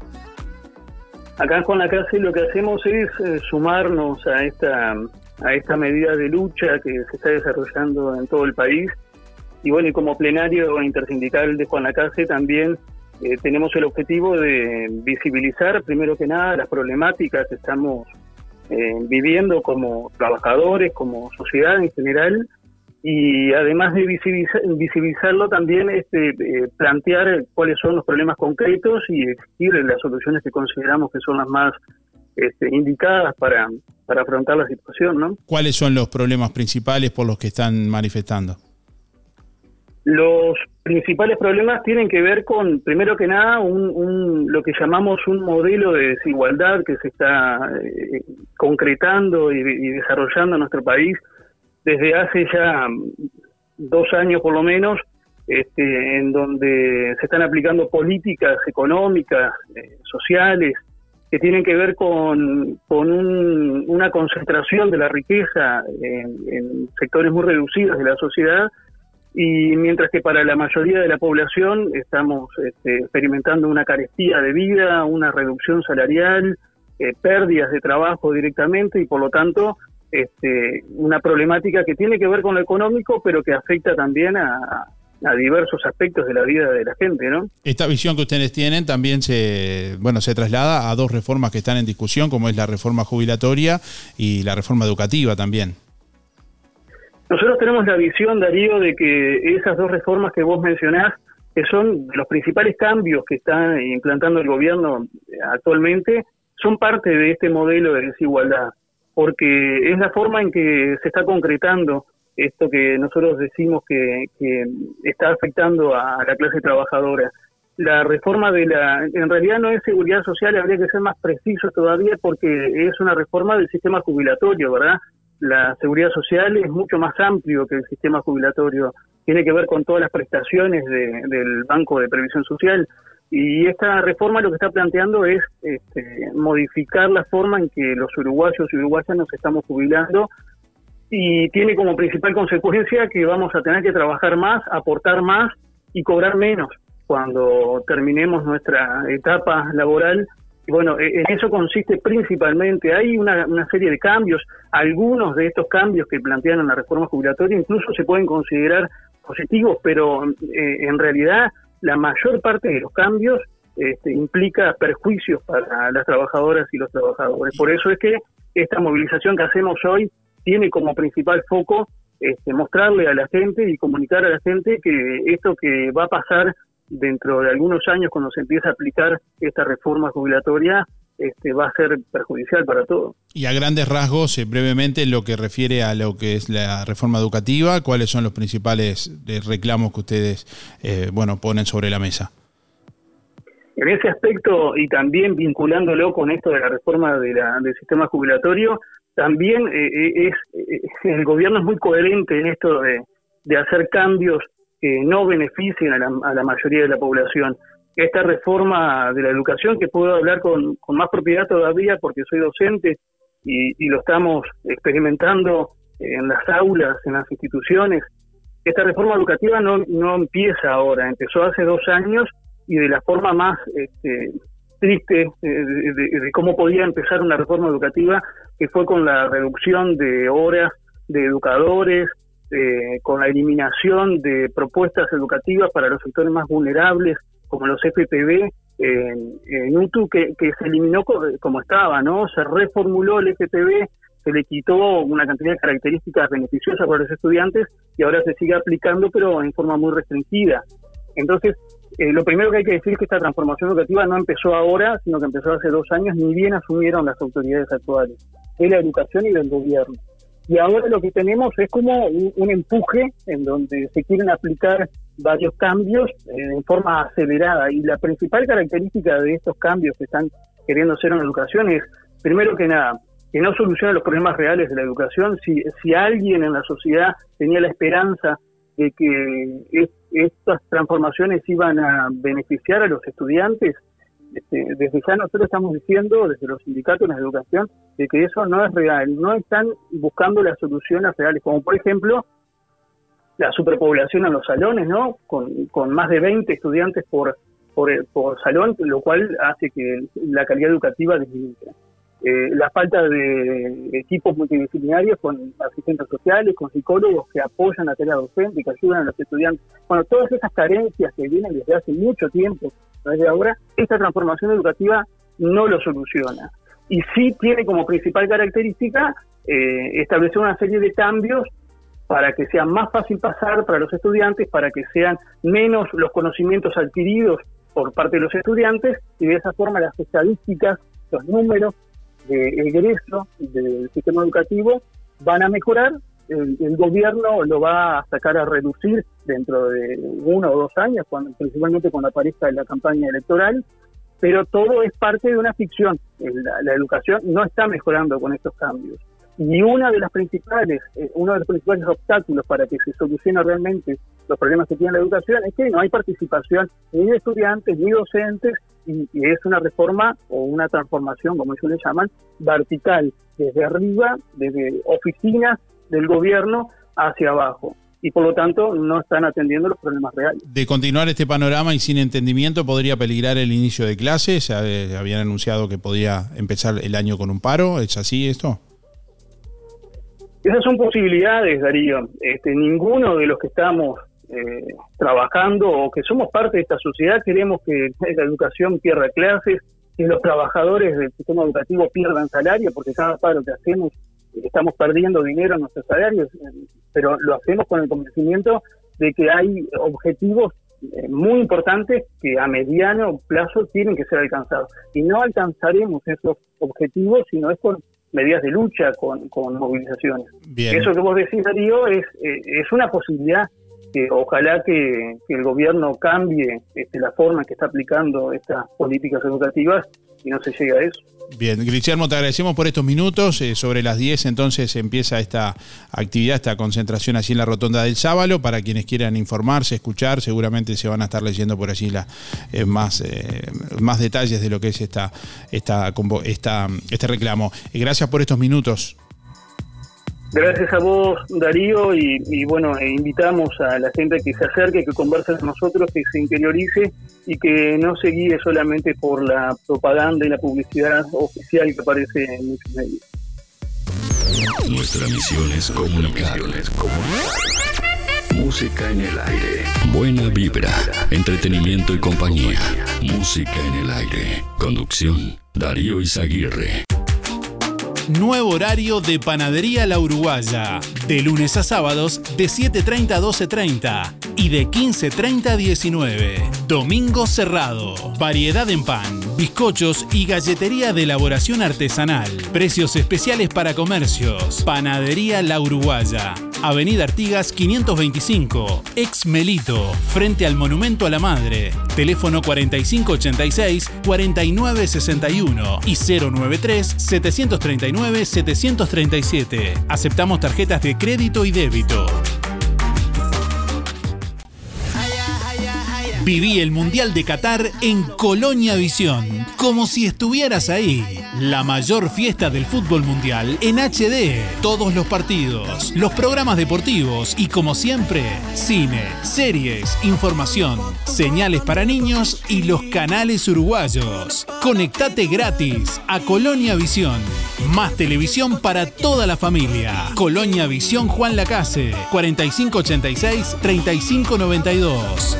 Acá en Juan Lacase lo que hacemos es eh, sumarnos a esta a esta medida de lucha que se está desarrollando en todo el país. Y bueno, y como plenario intersindical de Juan Lacase también eh, tenemos el objetivo de visibilizar, primero que nada, las problemáticas que estamos eh, viviendo como trabajadores, como sociedad en general, y además de visibilizar, visibilizarlo también este, eh, plantear cuáles son los problemas concretos y exigir las soluciones que consideramos que son las más este, indicadas para, para afrontar la situación, ¿no? ¿Cuáles son los problemas principales por los que están manifestando? Los principales problemas tienen que ver con, primero que nada, un, un lo que llamamos un modelo de desigualdad que se está eh, concretando y, y desarrollando en nuestro país desde hace ya dos años por lo menos, este, en donde se están aplicando políticas económicas, eh, sociales, que tienen que ver con, con un, una concentración de la riqueza en, en sectores muy reducidos de la sociedad, y mientras que para la mayoría de la población estamos este, experimentando una carestía de vida, una reducción salarial, eh, pérdidas de trabajo directamente, y por lo tanto este, una problemática que tiene que ver con lo económico, pero que afecta también a, a diversos aspectos de la vida de la gente, ¿no? Esta visión que ustedes tienen también se, bueno, se traslada a dos reformas que están en discusión, como es la reforma jubilatoria y la reforma educativa también. Nosotros tenemos la visión, Darío, de que esas dos reformas que vos mencionás, que son los principales cambios que está implantando el gobierno actualmente, son parte de este modelo de desigualdad, porque es la forma en que se está concretando esto que nosotros decimos que, que está afectando a la clase trabajadora. La reforma de la, en realidad no es seguridad social, habría que ser más precisos todavía, porque es una reforma del sistema jubilatorio, ¿verdad? La seguridad social es mucho más amplio que el sistema jubilatorio, tiene que ver con todas las prestaciones de, del Banco de Previsión Social, y esta reforma lo que está planteando es este, modificar la forma en que los uruguayos y uruguayas nos estamos jubilando, y tiene como principal consecuencia que vamos a tener que trabajar más, aportar más y cobrar menos cuando terminemos nuestra etapa laboral. Bueno, en eso consiste principalmente. Hay una, una serie de cambios. Algunos de estos cambios que plantean en la reforma jubilatoria incluso se pueden considerar positivos, pero eh, en realidad la mayor parte de los cambios este, implica perjuicios para las trabajadoras y los trabajadores. Por eso es que esta movilización que hacemos hoy tiene como principal foco este, mostrarle a la gente y comunicar a la gente que esto que va a pasar dentro de algunos años, cuando se empiece a aplicar esta reforma jubilatoria, este, va a ser perjudicial para todos. Y a grandes rasgos, eh, brevemente, lo que refiere a lo que es la reforma educativa, ¿cuáles son los principales eh, reclamos que ustedes eh, bueno, ponen sobre la mesa? En ese aspecto, y también vinculándolo con esto de la reforma de la, del sistema jubilatorio, también eh, es eh, el gobierno es muy coherente en esto de, de hacer cambios que no beneficien a la, a la mayoría de la población. Esta reforma de la educación, que puedo hablar con, con más propiedad todavía porque soy docente y, y lo estamos experimentando en las aulas, en las instituciones, esta reforma educativa no, no empieza ahora, empezó hace dos años y de la forma más este, triste de, de, de, de cómo podía empezar una reforma educativa, que fue con la reducción de horas de educadores, Eh, con la eliminación de propuestas educativas para los sectores más vulnerables, como los F P V en, en U T U, que, que se eliminó co como estaba, ¿no? Se reformuló el F P V, se le quitó una cantidad de características beneficiosas para los estudiantes y ahora se sigue aplicando, pero en forma muy restringida. Entonces, Eh, lo primero que hay que decir es que esta transformación educativa no empezó ahora, sino que empezó hace dos años, ni bien asumieron las autoridades actuales de la educación y del gobierno. Y ahora lo que tenemos es como un, un empuje en donde se quieren aplicar varios cambios eh, en forma acelerada. Y la principal característica de estos cambios que están queriendo hacer en la educación es, primero que nada, que no soluciona los problemas reales de la educación. Si, si alguien en la sociedad tenía la esperanza de que es, estas transformaciones iban a beneficiar a los estudiantes, este, desde ya nosotros estamos diciendo, desde los sindicatos de la educación, de que eso no es real. No están buscando las soluciones reales, como por ejemplo la superpoblación en los salones, ¿no? Con, con más de veinte estudiantes por, por, por salón, lo cual hace que la calidad educativa disminuya. Eh, la falta de equipos multidisciplinarios con asistentes sociales, con psicólogos que apoyan la tarea docente, que ayudan a los estudiantes. Bueno, todas esas carencias que vienen desde hace mucho tiempo, desde ahora, esta transformación educativa no lo soluciona. Y sí tiene como principal característica eh, establecer una serie de cambios para que sea más fácil pasar para los estudiantes, para que sean menos los conocimientos adquiridos por parte de los estudiantes, y de esa forma las estadísticas, los números de egreso del sistema educativo van a mejorar. El, el gobierno lo va a sacar a reducir dentro de uno o dos años, cuando, principalmente cuando aparezca la campaña electoral, pero todo es parte de una ficción. La, la educación no está mejorando con estos cambios. Y una de las principales, eh, uno de los principales obstáculos para que se solucione realmente los problemas que tiene la educación es que no hay participación ni de estudiantes ni docentes, y, y es una reforma o una transformación, como ellos le llaman, vertical, desde arriba, desde oficinas del gobierno hacia abajo. Y por lo tanto no están atendiendo los problemas reales. De continuar este panorama y sin entendimiento, ¿podría peligrar el inicio de clases? Eh, habían anunciado que podía empezar el año con un paro. ¿Es así esto? Esas son posibilidades, Darío. Este, ninguno de los que estamos eh, trabajando o que somos parte de esta sociedad queremos que la educación pierda clases, que los trabajadores del sistema educativo pierdan salario, porque cada paro que hacemos estamos perdiendo dinero en nuestros salarios, pero lo hacemos con el convencimiento de que hay objetivos eh, muy importantes que a mediano plazo tienen que ser alcanzados. Y no alcanzaremos esos objetivos si no es con medidas de lucha, con, con movilizaciones. Bien. Eso que vos decís, Darío, es, eh, es una posibilidad que ojalá que, que el gobierno cambie este, la forma en que está aplicando estas políticas educativas y no se llegue a eso. Bien, Guillermo, te agradecemos por estos minutos. Eh, sobre las diez entonces empieza esta actividad, esta concentración allí en la Rotonda del Sábalo. Para quienes quieran informarse, escuchar, seguramente se van a estar leyendo por allí la, eh, más, eh, más detalles de lo que es esta, esta, esta, este reclamo. Eh, gracias por estos minutos. Gracias a vos, Darío, y, y bueno, eh, invitamos a la gente que se acerque, que converse con nosotros, que se interiorice y que no se guíe solamente por la propaganda y la publicidad oficial que aparece en muchos medios. Nuestra misión es comunicar. Música en el aire. Buena vibra, entretenimiento y compañía. Música en el aire. Conducción, Darío Izaguirre. Nuevo horario de Panadería La Uruguaya. De lunes a sábados de siete treinta a doce treinta y de quince treinta a diecinueve. Domingo cerrado. Variedad en pan, bizcochos y galletería de elaboración artesanal. Precios especiales para comercios. Panadería La Uruguaya. Avenida Artigas quinientos veinticinco, ex Melito, frente al Monumento a la Madre. Teléfono cuarenta y cinco ochenta y seis, cuarenta y nueve sesenta y uno y cero noventa y tres, setecientos treinta y nueve, setecientos treinta y siete. Aceptamos tarjetas de crédito y débito. Viví el Mundial de Qatar en Colonia Visión, como si estuvieras ahí. La mayor fiesta del fútbol mundial en H D. Todos los partidos, los programas deportivos y, como siempre, cine, series, información, señales para niños y los canales uruguayos. Conectate gratis a Colonia Visión. Más televisión para toda la familia. Colonia Visión Juan Lacase, cuarenta y cinco ochenta y seis, treinta y cinco noventa y dos.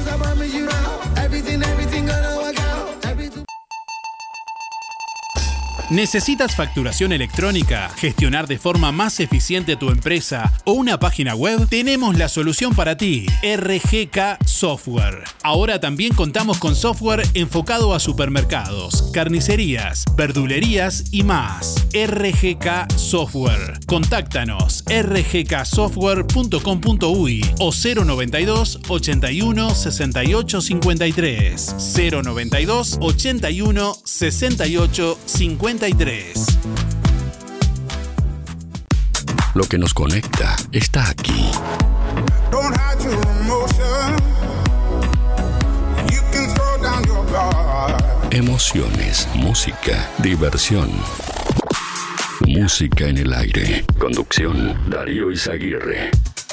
¿Necesitas facturación electrónica, gestionar de forma más eficiente tu empresa o una página web? Tenemos la solución para ti, R G K Software. Ahora también contamos con software enfocado a supermercados, carnicerías, verdulerías y más. R G K Software. Contáctanos r g k software punto com punto u y o cero noventa y dos, ochenta y uno, sesenta y ocho, cincuenta y tres. cero noventa y dos, ochenta y uno, sesenta y ocho, cincuenta y tres. Lo que nos conecta está aquí. Emociones, música, diversión. Música en el aire. Conducción, Darío Izaguirre.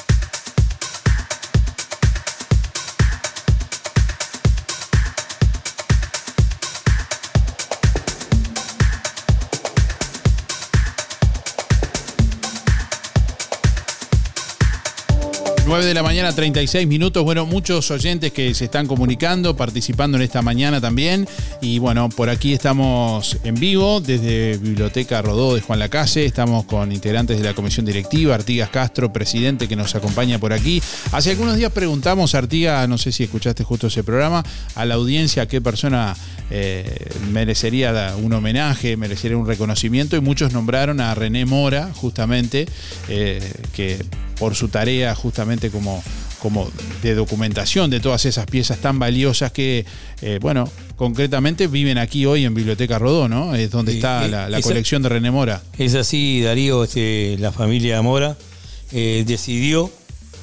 nueve de la mañana, treinta y seis minutos. Bueno, muchos oyentes que se están comunicando, participando en esta mañana también. Y bueno, por aquí estamos en vivo desde Biblioteca Rodó de Juan Lacase. Estamos con integrantes de la comisión directiva, Artigas Castro, presidente, que nos acompaña por aquí. Hace algunos días preguntamos, Artigas, no sé si escuchaste justo ese programa, a la audiencia qué persona eh, merecería un homenaje, merecería un reconocimiento, y muchos nombraron a René Mora, justamente, eh, que por su tarea justamente como, como de documentación de todas esas piezas tan valiosas que, eh, bueno, concretamente viven aquí hoy en Biblioteca Rodó, ¿no? Es donde sí, está la, la colección de René Mora. Es así, Darío, este, la familia Mora eh, decidió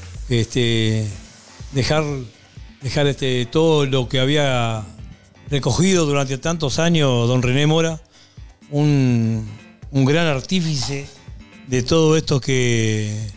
este, dejar, dejar este, todo lo que había recogido durante tantos años don René Mora, un, un gran artífice de todo esto que...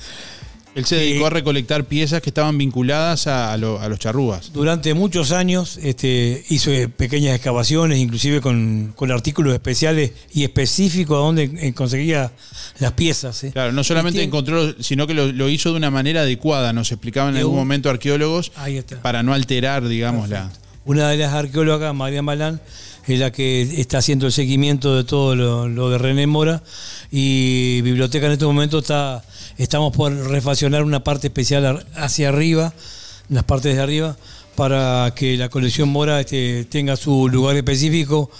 Él se dedicó a recolectar piezas que estaban vinculadas a, a, lo, a los charrúas. Durante muchos años este, hizo pequeñas excavaciones, inclusive con, con artículos especiales y específicos a donde conseguía las piezas. ¿eh? Claro, no solamente tiene, encontró, sino que lo, lo hizo de una manera adecuada, nos explicaban en algún momento arqueólogos, para no alterar, digamos, la... Una de las arqueólogas, María Malán, es la que está haciendo el seguimiento de todo lo, lo de René Mora, y Biblioteca en este momento está... Estamos por refaccionar una parte especial hacia arriba, las partes de arriba, para que la colección Mora este, tenga su lugar específico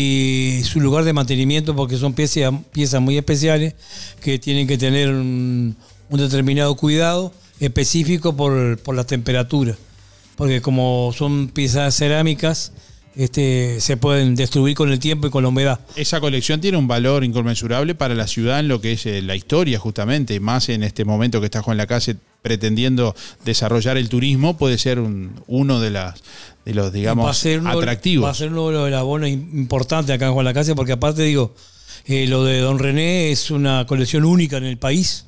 y su lugar de mantenimiento, porque son piezas, piezas muy especiales que tienen que tener un, un determinado cuidado específico por, por la temperatura. Porque como son piezas cerámicas, Este, se pueden destruir con el tiempo y con la humedad. Esa colección tiene un valor inconmensurable para la ciudad en lo que es eh, la historia, justamente, más en este momento que está Juan Lacase pretendiendo desarrollar el turismo, puede ser un, uno de, las, de los, digamos, va a ser uno, atractivos. Va a ser uno de los abonos importantes acá en Juan Lacase, porque aparte, digo, eh, lo de don René es una colección única en el país.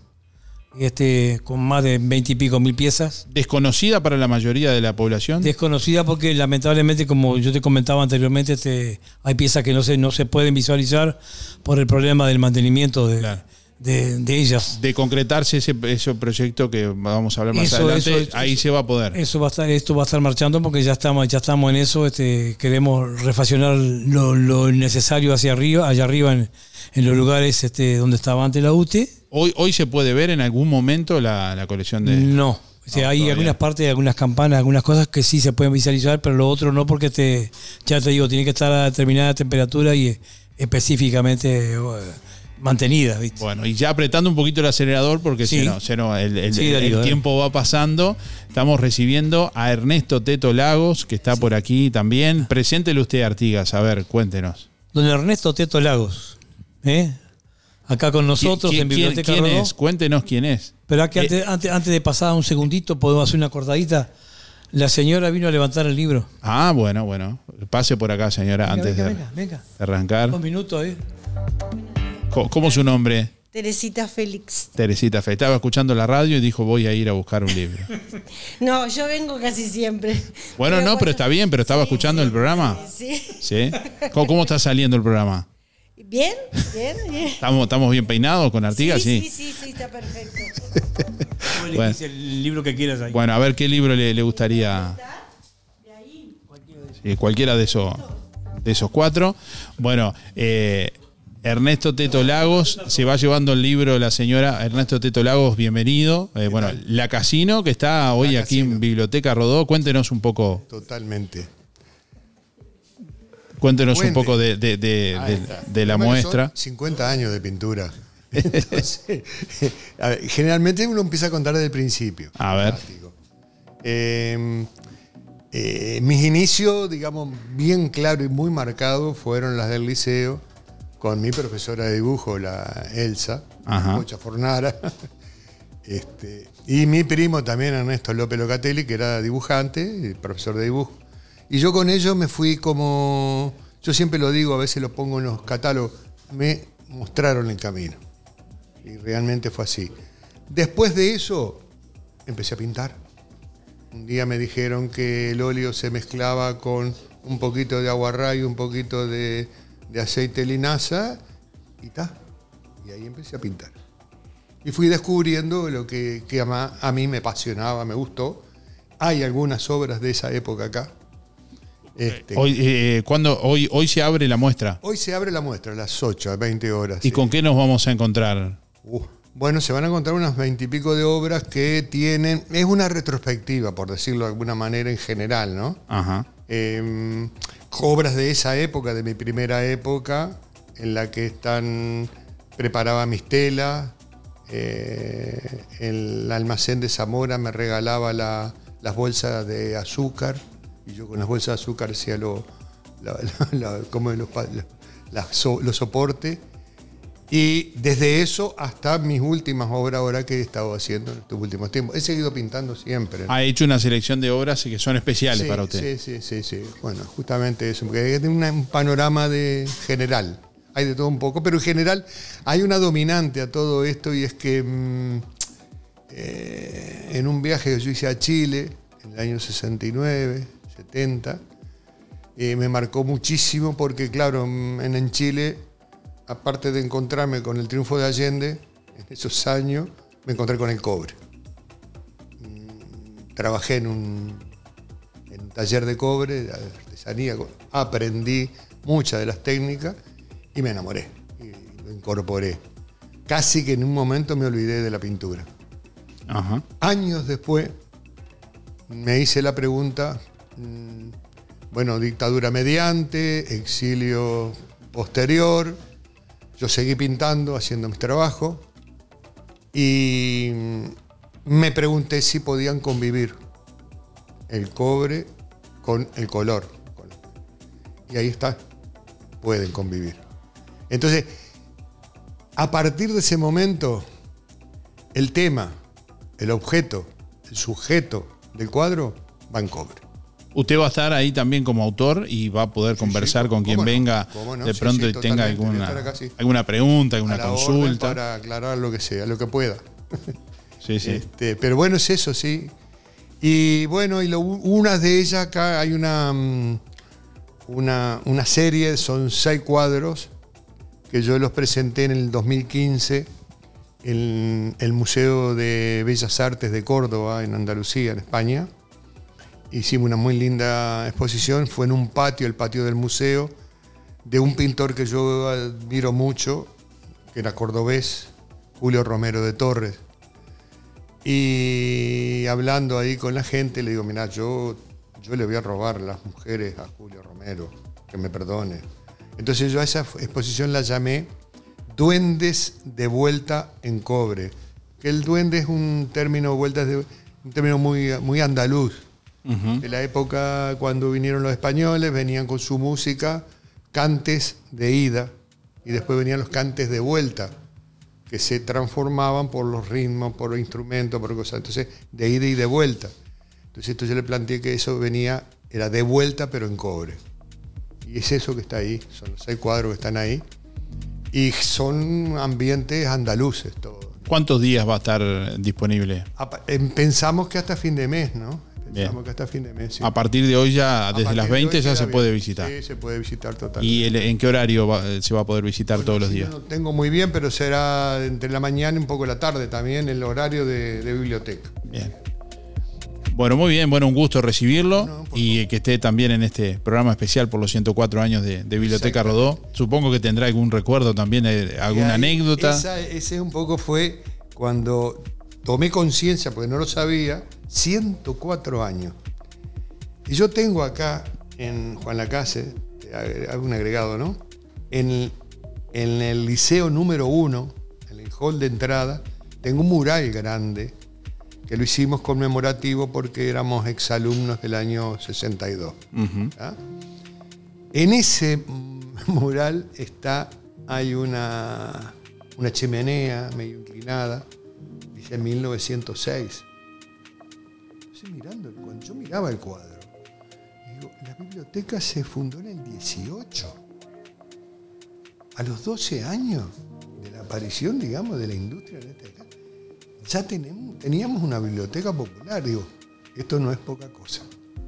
Este, con más de veinte y pico mil piezas. ¿Desconocida para la mayoría de la población? Desconocida porque lamentablemente, como yo te comentaba anteriormente, este, hay piezas que no se, no se pueden visualizar por el problema del mantenimiento de, claro. de, de ellas. De concretarse ese, ese proyecto que vamos a hablar más eso, adelante, eso, ahí eso, se va a poder. Eso va a estar, esto va a estar marchando porque ya estamos, ya estamos en eso. Este, queremos refaccionar lo, lo necesario hacia arriba, allá arriba en, en los lugares este, donde estaba antes la U T E. Hoy, hoy se puede ver en algún momento la, la colección de... No, o sea, no hay todavía. Algunas partes, algunas campanas, algunas cosas que sí se pueden visualizar, pero lo otro no, porque te, ya te digo, tiene que estar a determinada temperatura y específicamente mantenida, ¿viste? Bueno, y ya apretando un poquito el acelerador, porque sí. si no, si no el, el, sí, el, Darío, el tiempo eh. va pasando. Estamos recibiendo a Ernesto Teto Lagos, que está sí. por aquí también. Preséntele usted, Artigas, a ver, cuéntenos. Don Ernesto Teto Lagos, ¿eh? Acá con nosotros ¿Quién, en Biblioteca ¿Quién Rodó. es? Cuéntenos quién es. Pero aquí, eh, antes, antes, antes de pasar un segundito, podemos hacer una cortadita. La señora vino a levantar el libro. Ah, bueno, bueno. Pase por acá, señora, venga, antes venga, de, venga, venga. de arrancar. Un minuto ahí. ¿Cómo, ¿Cómo es su nombre? Teresita Félix. Teresita Félix. Estaba escuchando la radio y dijo, voy a ir a buscar un libro. No, yo vengo casi siempre. Bueno, pero no, bueno, pero está bien, pero estaba sí, escuchando sí, el programa. Sí. ¿Sí? ¿Cómo, ¿Cómo está saliendo el programa? Bien, bien, bien. ¿Estamos, estamos bien peinados con Artigas? Sí, sí, sí, sí, está perfecto. Bueno, el libro que quieras ahí. Bueno, a ver qué libro le, le gustaría. Sí, cualquiera de esos, de esos cuatro. Bueno, eh, Ernesto Teto Lagos, se va llevando el libro la señora Ernesto Teto Lagos, bienvenido. Eh, bueno, La Casino, que está hoy La aquí Casino. en Biblioteca Rodó, cuéntenos un poco. Totalmente. Cuéntenos Cuente. un poco de, de, de, Ahí de- está. de la Primero, muestra. son cincuenta años de pintura. Entonces, a ver, generalmente uno empieza a contar desde el principio. A ver. Eh, eh, mis inicios, digamos, bien claro y muy marcados fueron las del liceo, con mi profesora de dibujo, la Elsa, Ajá. Pocha Fornara, este, y mi primo también, Ernesto López Locatelli, que era dibujante, profesor de dibujo. Y yo con ellos me fui como, yo siempre lo digo, a veces lo pongo en los catálogos, me mostraron el camino. Y realmente fue así. Después de eso, empecé a pintar. Un día me dijeron que el óleo se mezclaba con un poquito de aguarrá y un poquito de, de aceite de linaza y ta. Y ahí empecé a pintar. Y fui descubriendo lo que, que a, a mí me apasionaba, me gustó. Hay algunas obras de esa época acá. Este, Hoy, eh, ¿cuándo, hoy, hoy se abre la muestra. hoy se abre la muestra a las ocho, a veinte horas. ¿Y sí. con qué nos vamos a encontrar? Uh, bueno, se van a encontrar unas veintipico de obras que tienen. Es una retrospectiva, por decirlo de alguna manera, en general, ¿no? Ajá. Eh, obras de esa época, de mi primera época, en la que están. Preparaba mis telas. Eh, el almacén de Zamora me regalaba la- las bolsas de azúcar. Y yo con las bolsas de azúcar hacía lo, la- la- la- como los, pa- la- la so- los soportes. Y desde eso hasta mis últimas obras ahora que he estado haciendo en estos últimos tiempos. He seguido pintando siempre. Ha hecho una selección de obras que son especiales Sí, para usted. Sí, sí, sí, sí. Bueno, justamente eso, porque es una- un panorama de general. Hay de todo un poco, pero en general hay una dominante a todo esto y es que mm, eh, en un viaje que yo hice a Chile en el año sesenta y nueve, setenta, eh, me marcó muchísimo porque, claro, mm, en, en Chile, aparte de encontrarme con el triunfo de Allende, en esos años me encontré con el cobre. Mm, Trabajé en un, en un taller de cobre, de artesanía, aprendí muchas de las técnicas y me enamoré, y lo incorporé. Casi que en un momento me olvidé de la pintura. Ajá. Años después me hice la pregunta, mm, bueno, dictadura mediante, exilio posterior, yo seguí pintando, haciendo mis trabajos y me pregunté si podían convivir el cobre con el color. Y ahí está, pueden convivir. Entonces, a partir de ese momento, el tema, el objeto, el sujeto del cuadro va en cobre. Usted va a estar ahí también como autor y va a poder conversar con quien ¿Cómo no? venga ¿Cómo no? de Sí, pronto sí, y tenga totalmente. Voy a alguna, estar acá, sí. alguna pregunta, alguna A la orden consulta. para aclarar lo que sea, lo que pueda. Sí, sí. Este, pero bueno, es eso, sí. Y bueno, y lo, una de ellas acá hay una, mm, una, una serie, son seis cuadros que yo los presenté en el dos mil quince en el Museo de Bellas Artes de Córdoba, en Andalucía, en España. Hicimos una muy linda exposición, fue en un patio, el patio del museo, de un pintor que yo admiro mucho, que era cordobés, Julio Romero de Torres. Y hablando ahí con la gente, le digo, mirá, yo, yo le voy a robar las mujeres a Julio Romero, que me perdone. Entonces yo a esa exposición la llamé Duendes de vuelta en cobre. Que el duende es un término, vueltas de, un término muy, muy andaluz. Ujú. De la época cuando vinieron los españoles, venían con su música, cantes de ida, y después venían los cantes de vuelta, que se transformaban por los ritmos, por los instrumentos, por cosas. Entonces, de ida y de vuelta. Entonces, esto yo le planteé que eso venía, era de vuelta, pero en cobre. Y es eso que está ahí, son los seis cuadros que están ahí. Y son ambientes andaluces todos. ¿Cuántos días va a estar disponible? Apa- em, Pensamos que hasta fin de mes, ¿no? Bien. Pensamos que hasta fin de mes, sí. A partir de hoy ya, A desde partir las de hoy veinte ya queda se bien. puede visitar. Sí, se puede visitar totalmente. ¿Y el- en qué horario va- se va a poder visitar todos los días? No tengo muy bien, pero será entre la mañana y un poco la tarde también, el horario de, de biblioteca. Bien. Bueno, muy bien, bueno, un gusto recibirlo no, y que esté también en este programa especial por los ciento cuatro años de, de Biblioteca Rodó. Supongo que tendrá algún recuerdo también, alguna ahí, anécdota. Esa, ese un poco fue cuando tomé conciencia, porque no lo sabía, ciento cuatro años. Y yo tengo acá en Juan Lacase, hago un agregado, ¿no? En, en el liceo número uno, en el hall de entrada, tengo un mural grande que lo hicimos conmemorativo porque éramos exalumnos del año sesenta y dos. Uh-huh. ¿Ah? En ese mural está, hay una, una chimenea medio inclinada, dice mil novecientos seis. Estoy mirando el cuadro, yo miraba el cuadro. Y digo, la biblioteca se fundó en el dieciocho. A los doce años de la aparición, digamos, de la industria en este caso, ya tenemos, teníamos una biblioteca popular. Digo, esto no es poca cosa.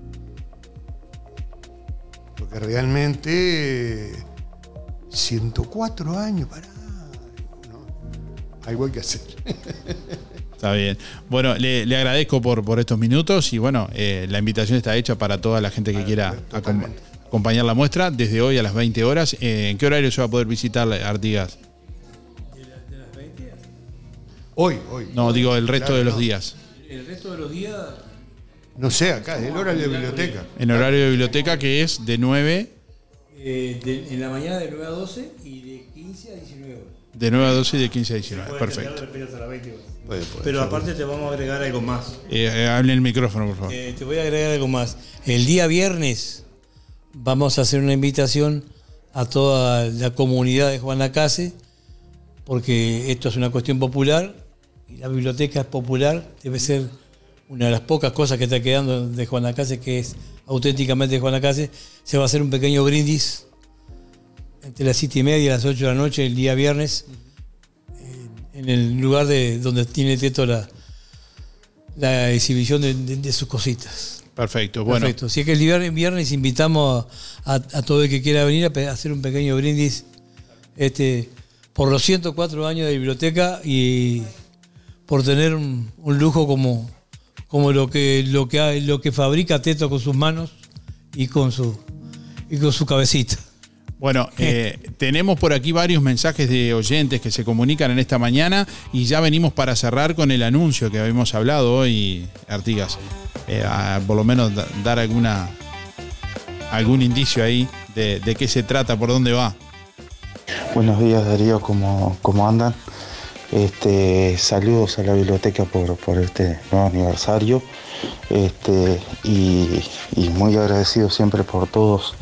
Porque realmente ciento cuatro años, pará. No, algo hay que hacer. Está bien. Bueno, le, le agradezco por, por estos minutos y bueno, eh, la invitación está hecha para toda la gente que ah, quiera acom- acompañar la muestra desde hoy a las veinte horas. Eh, ¿En qué horario se va a poder visitar Artigas? Hoy, hoy. No, hoy, digo el resto claro, de los no. días. El resto de los días... No sé, acá, el horario de biblioteca. En horario de biblioteca que es de nueve... Eh, de, en la mañana de nueve a doce y de quince a diecinueve horas. De nueve a doce y de quince a diecinueve, perfecto. Puede, puede, Pero aparte puede. Te vamos a agregar algo más. Eh, eh, hable en el micrófono, por favor. Eh, te voy a agregar algo más. El día viernes vamos a hacer una invitación a toda la comunidad de Juan Lacase, porque esto es una cuestión popular y la biblioteca es popular, debe ser una de las pocas cosas que está quedando de Juan Lacase, que es auténticamente de Juan Lacase. Se va a hacer un pequeño brindis entre las siete y media y las ocho de la noche el día viernes, en el lugar de donde tiene Teto la, la exhibición de, de, de sus cositas. Perfecto, bueno. Perfecto. Así que el viernes, viernes invitamos a, a, a todo el que quiera venir a hacer un pequeño brindis este, por los ciento cuatro años de biblioteca y por tener un, un lujo como, como lo que lo que lo que fabrica Teto con sus manos y con su y con su cabecita. Bueno, eh, tenemos por aquí varios mensajes de oyentes que se comunican en esta mañana y ya venimos para cerrar con el anuncio que habíamos hablado hoy, Artigas. Eh, a, por lo menos da, dar alguna algún indicio ahí de, de qué se trata, por dónde va. Buenos días, Darío, ¿cómo, cómo andan? Este, saludos a la biblioteca por, por este nuevo aniversario este, y, y muy agradecido siempre por todos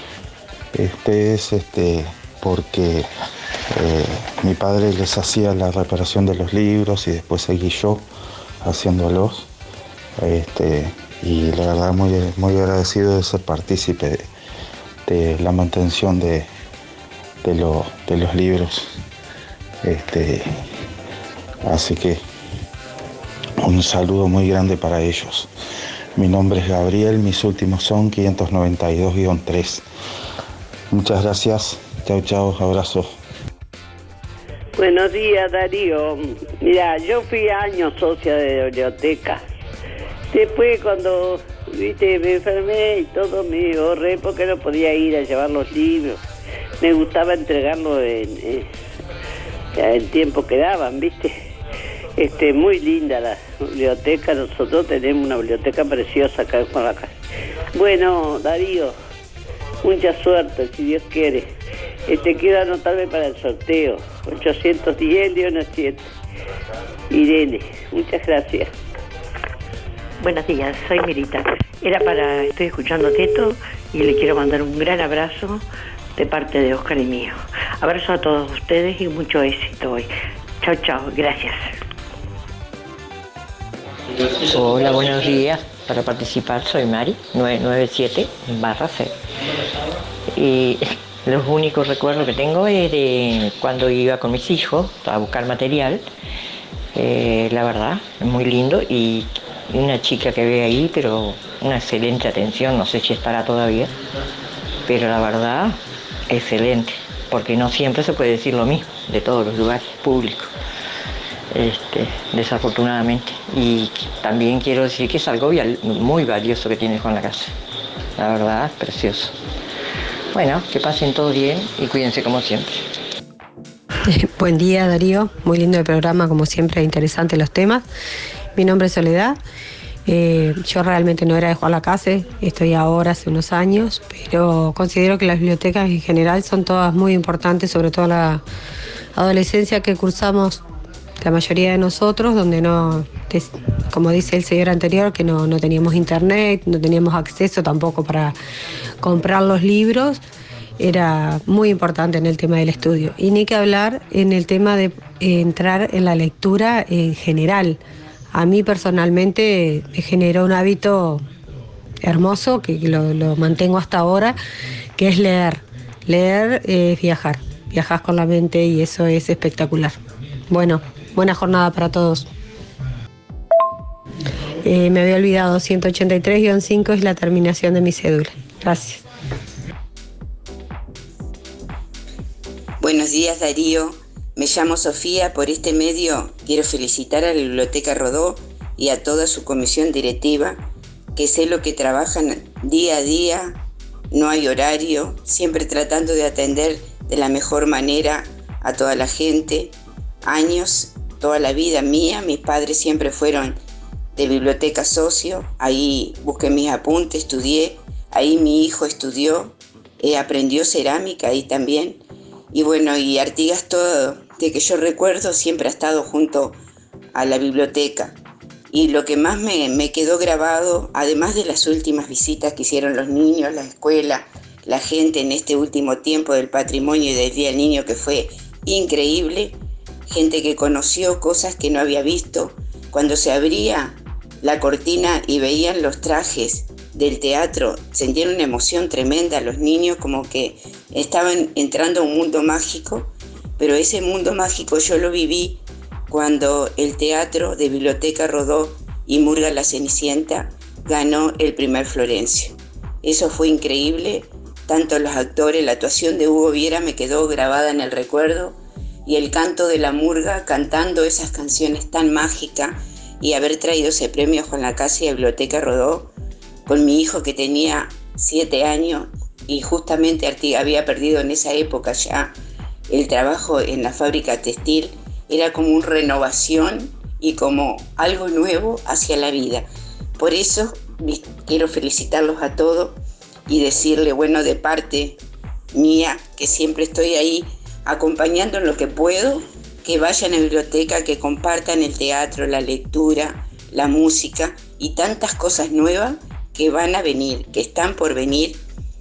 ustedes, este, porque eh, mi padre les hacía la reparación de los libros y después seguí yo haciéndolos. Este, y la verdad muy, muy agradecido de ser partícipe de, de la mantención de, de, lo, de los libros. Este, así que un saludo muy grande para ellos. Mi nombre es Gabriel, mis últimos son quinientos noventa y dos guion tres. Muchas gracias. Chau, chau, abrazo. Buenos días, Darío. Mira, yo fui años socia de biblioteca. Después cuando, viste, me enfermé y todo me ahorré porque no podía ir a llevar los libros. Me gustaba entregarlos en, en, en tiempo que daban, viste. Este, muy linda la biblioteca. Nosotros tenemos una biblioteca preciosa acá en Juan Lacase. Bueno, Darío, mucha suerte, si Dios quiere. Este, quiero anotarme para el sorteo. ochocientos diez, Leona siete. Irene, muchas gracias. Buenos días, soy Mirita. Era para, estoy escuchando Teto y le quiero mandar un gran abrazo de parte de Oscar y mío. Abrazo a todos ustedes y mucho éxito hoy. Chao, chao, gracias. Hola, buenos días. Para participar soy Mari, nueve nueve siete barra C. Y los únicos recuerdos que tengo es de cuando iba con mis hijos a buscar material. Eh, la verdad, es muy lindo. Y una chica que ve ahí, pero una excelente atención, no sé si estará todavía. Pero la verdad, excelente. Porque no siempre se puede decir lo mismo de todos los lugares públicos. este, desafortunadamente. Y también quiero decir que es algo vial, muy valioso que tiene Juan Lacase. La verdad, es precioso. Bueno, que pasen todos bien y cuídense como siempre. Buen día, Darío. Muy lindo el programa, como siempre, interesantes los temas. Mi nombre es Soledad. Eh, yo realmente no era de Juan Lacase, estoy ahora hace unos años, pero considero que las bibliotecas en general son todas muy importantes, sobre todo la adolescencia que cursamos la mayoría de nosotros, donde no, como dice el señor anterior, que no, no teníamos internet, no teníamos acceso tampoco para comprar los libros. Era muy importante en el tema del estudio. Y ni que hablar en el tema de eh, entrar en la lectura en general. A mí personalmente me generó un hábito hermoso, que lo, lo mantengo hasta ahora, que es leer. Leer es viajar. Viajas con la mente y eso es espectacular. Bueno, buena jornada para todos. Eh, me había olvidado, ciento ochenta y tres guion cinco es la terminación de mi cédula. Gracias. Buenos días, Darío. Me llamo Sofía. Por este medio quiero felicitar a la Biblioteca Rodó y a toda su comisión directiva, que sé lo que trabajan día a día, no hay horario, siempre tratando de atender de la mejor manera a toda la gente. Años, toda la vida mía, mis padres siempre fueron de biblioteca socio, ahí busqué mis apuntes, estudié, ahí mi hijo estudió, eh, aprendió cerámica ahí también. Y bueno, y Artigas, todo, de que yo recuerdo, siempre ha estado junto a la biblioteca. Y lo que más me, me quedó grabado, además de las últimas visitas que hicieron los niños, la escuela, la gente en este último tiempo del patrimonio y del Día del Niño, que fue increíble, gente que conoció cosas que no había visto. Cuando se abría la cortina y veían los trajes del teatro, sentían una emoción tremenda los niños, como que estaban entrando a un mundo mágico, pero ese mundo mágico yo lo viví cuando el teatro de Biblioteca Rodó y Murga la Cenicienta ganó el primer Florencio. Eso fue increíble, tanto los actores, la actuación de Hugo Viera me quedó grabada en el recuerdo, y el canto de la Murga cantando esas canciones tan mágicas, y haber traído ese premio a Juan Lacase y a Biblioteca Rodó con mi hijo que tenía siete años, y justamente Artigas había perdido en esa época ya el trabajo en la fábrica textil. Era como una renovación y como algo nuevo hacia la vida. Por eso quiero felicitarlos a todos y decirle, bueno, de parte mía, que siempre estoy ahí acompañando en lo que puedo, que vayan a la biblioteca, que compartan el teatro, la lectura, la música y tantas cosas nuevas que van a venir, que están por venir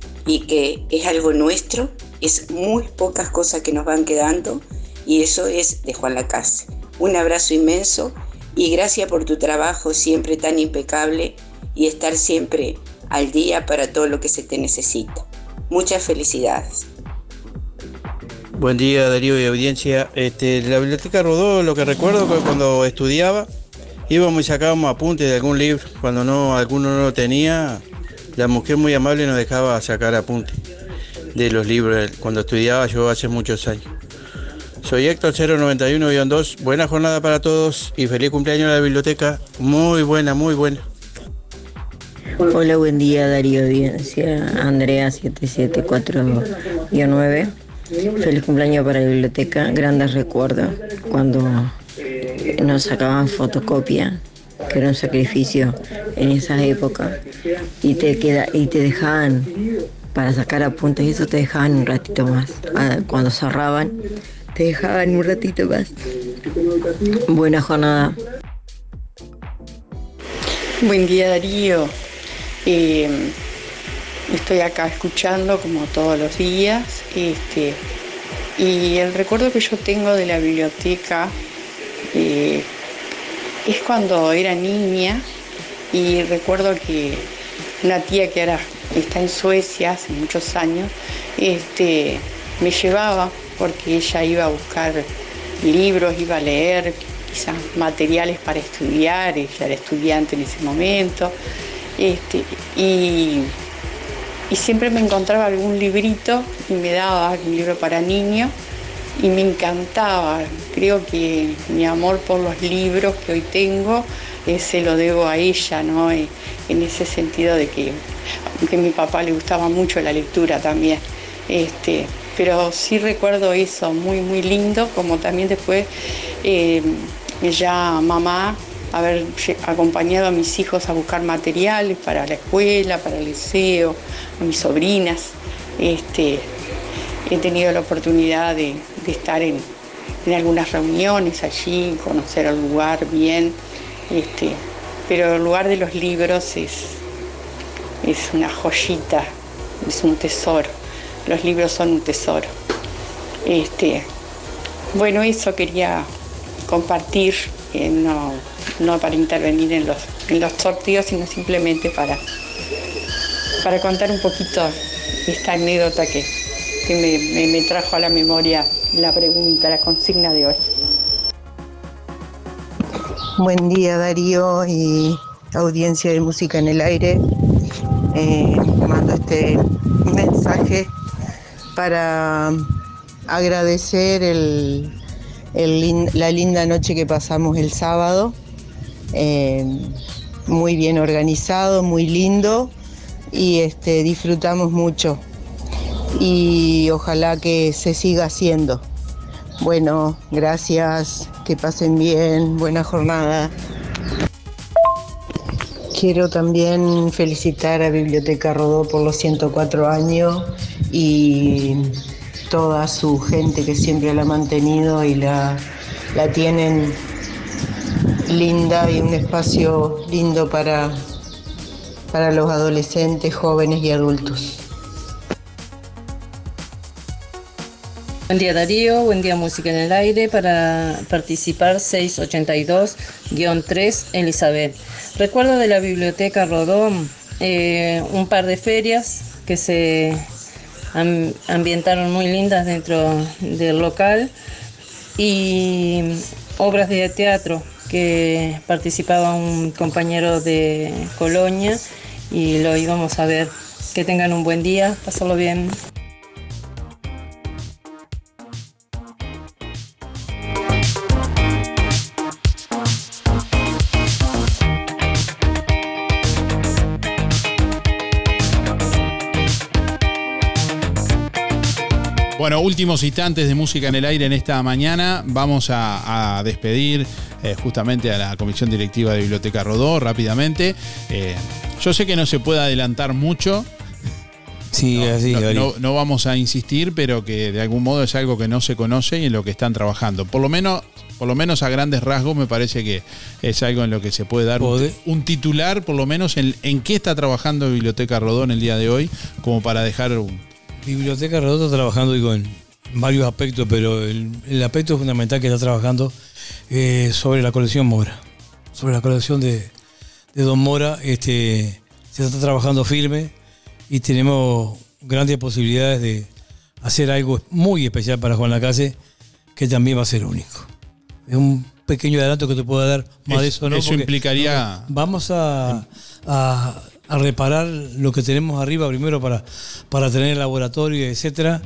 y que es algo nuestro. Es muy pocas cosas que nos van quedando y eso es de Juan Lacase. Un abrazo inmenso y gracias por tu trabajo siempre tan impecable y estar siempre al día para todo lo que se te necesita. Muchas felicidades. Buen día, Darío y audiencia. Este, la Biblioteca Rodó, lo que recuerdo que cuando estudiaba íbamos y sacábamos apuntes de algún libro. Cuando no, alguno no lo tenía, la mujer muy amable nos dejaba sacar apuntes de los libros cuando estudiaba yo hace muchos años. Soy Héctor cero noventa y uno guion dos. Buena jornada para todos y feliz cumpleaños a la biblioteca. Muy buena, muy buena. Hola, buen día, Darío, audiencia. Andrea siete siete cuatro guion nueve. Feliz cumpleaños para la biblioteca. Grandes recuerdos cuando nos sacaban fotocopia, que era un sacrificio en esas épocas, y te queda y te dejaban para sacar apuntes, y eso te dejaban un ratito más. Cuando cerraban, te dejaban un ratito más. Buena jornada. Buen día, Darío. Eh, estoy acá escuchando como todos los días. Este, y el recuerdo que yo tengo de la biblioteca eh, es cuando era niña, y recuerdo que una tía que ahora está en Suecia hace muchos años, este, me llevaba porque ella iba a buscar libros, iba a leer quizás materiales para estudiar, ella era estudiante en ese momento, este, y, y siempre me encontraba algún librito y me daba un libro para niños, y me encantaba. Creo que mi amor por los libros que hoy tengo eh, se lo debo a ella, ¿no? Eh, en ese sentido de que, aunque a mi papá le gustaba mucho la lectura también, este, pero sí recuerdo eso, muy, muy lindo, como también después eh, ya mamá haber acompañado a mis hijos a buscar materiales para la escuela, para el liceo, a mis sobrinas. Este, he tenido la oportunidad de, de estar en, en algunas reuniones allí, conocer el lugar bien, este, pero el lugar de los libros es, es una joyita, es un tesoro. Los libros son un tesoro. Este, bueno, eso quería compartir, eh, no, no para intervenir en los, en los sorteos, sino simplemente para, para contar un poquito esta anécdota que, que me, me, me trajo a la memoria la pregunta, la consigna de hoy. Buen día, Darío y audiencia de Música en el Aire. Eh, mando este mensaje para agradecer el, el, la linda noche que pasamos el sábado. Eh, muy bien organizado, muy lindo, y este, disfrutamos mucho. Y ojalá que se siga haciendo. Bueno, gracias, que pasen bien, buena jornada. Quiero también felicitar a Biblioteca Rodó por los ciento cuatro años y toda su gente que siempre la ha mantenido y la, la tienen linda, y un espacio lindo para, para los adolescentes, jóvenes y adultos. Buen día, Darío, buen día, Música en el Aire. Para participar, seiscientos ochenta y dos guión tres, Elizabeth. Recuerdo de la Biblioteca Rodó eh, un par de ferias que se am- ambientaron muy lindas dentro del local, y obras de teatro que participaba un compañero de Colonia y lo íbamos a ver. Que tengan un buen día, pasarlo bien. Bueno, últimos instantes de Música en el Aire en esta mañana. Vamos a, a despedir eh, justamente a la Comisión Directiva de Biblioteca Rodó rápidamente. Eh, yo sé que no se puede adelantar mucho. Sí, no, así, no, no, no vamos a insistir, pero que de algún modo es algo que no se conoce y en lo que están trabajando. Por lo menos, por lo menos a grandes rasgos me parece que es algo en lo que se puede dar un, un titular, por lo menos en, en qué está trabajando Biblioteca Rodó en el día de hoy, como para dejar un... Biblioteca Rodó está trabajando, digo, en varios aspectos, pero el, el aspecto fundamental que está trabajando eh, sobre la colección Mora. Sobre la colección de, de Don Mora, este, se está trabajando firme y tenemos grandes posibilidades de hacer algo muy especial para Juan Lacase, que también va a ser único. Es un pequeño adelanto que te puedo dar, más es, de eso no. Eso porque, implicaría... no, vamos a... a a reparar lo que tenemos arriba primero para, para tener el laboratorio, etcétera,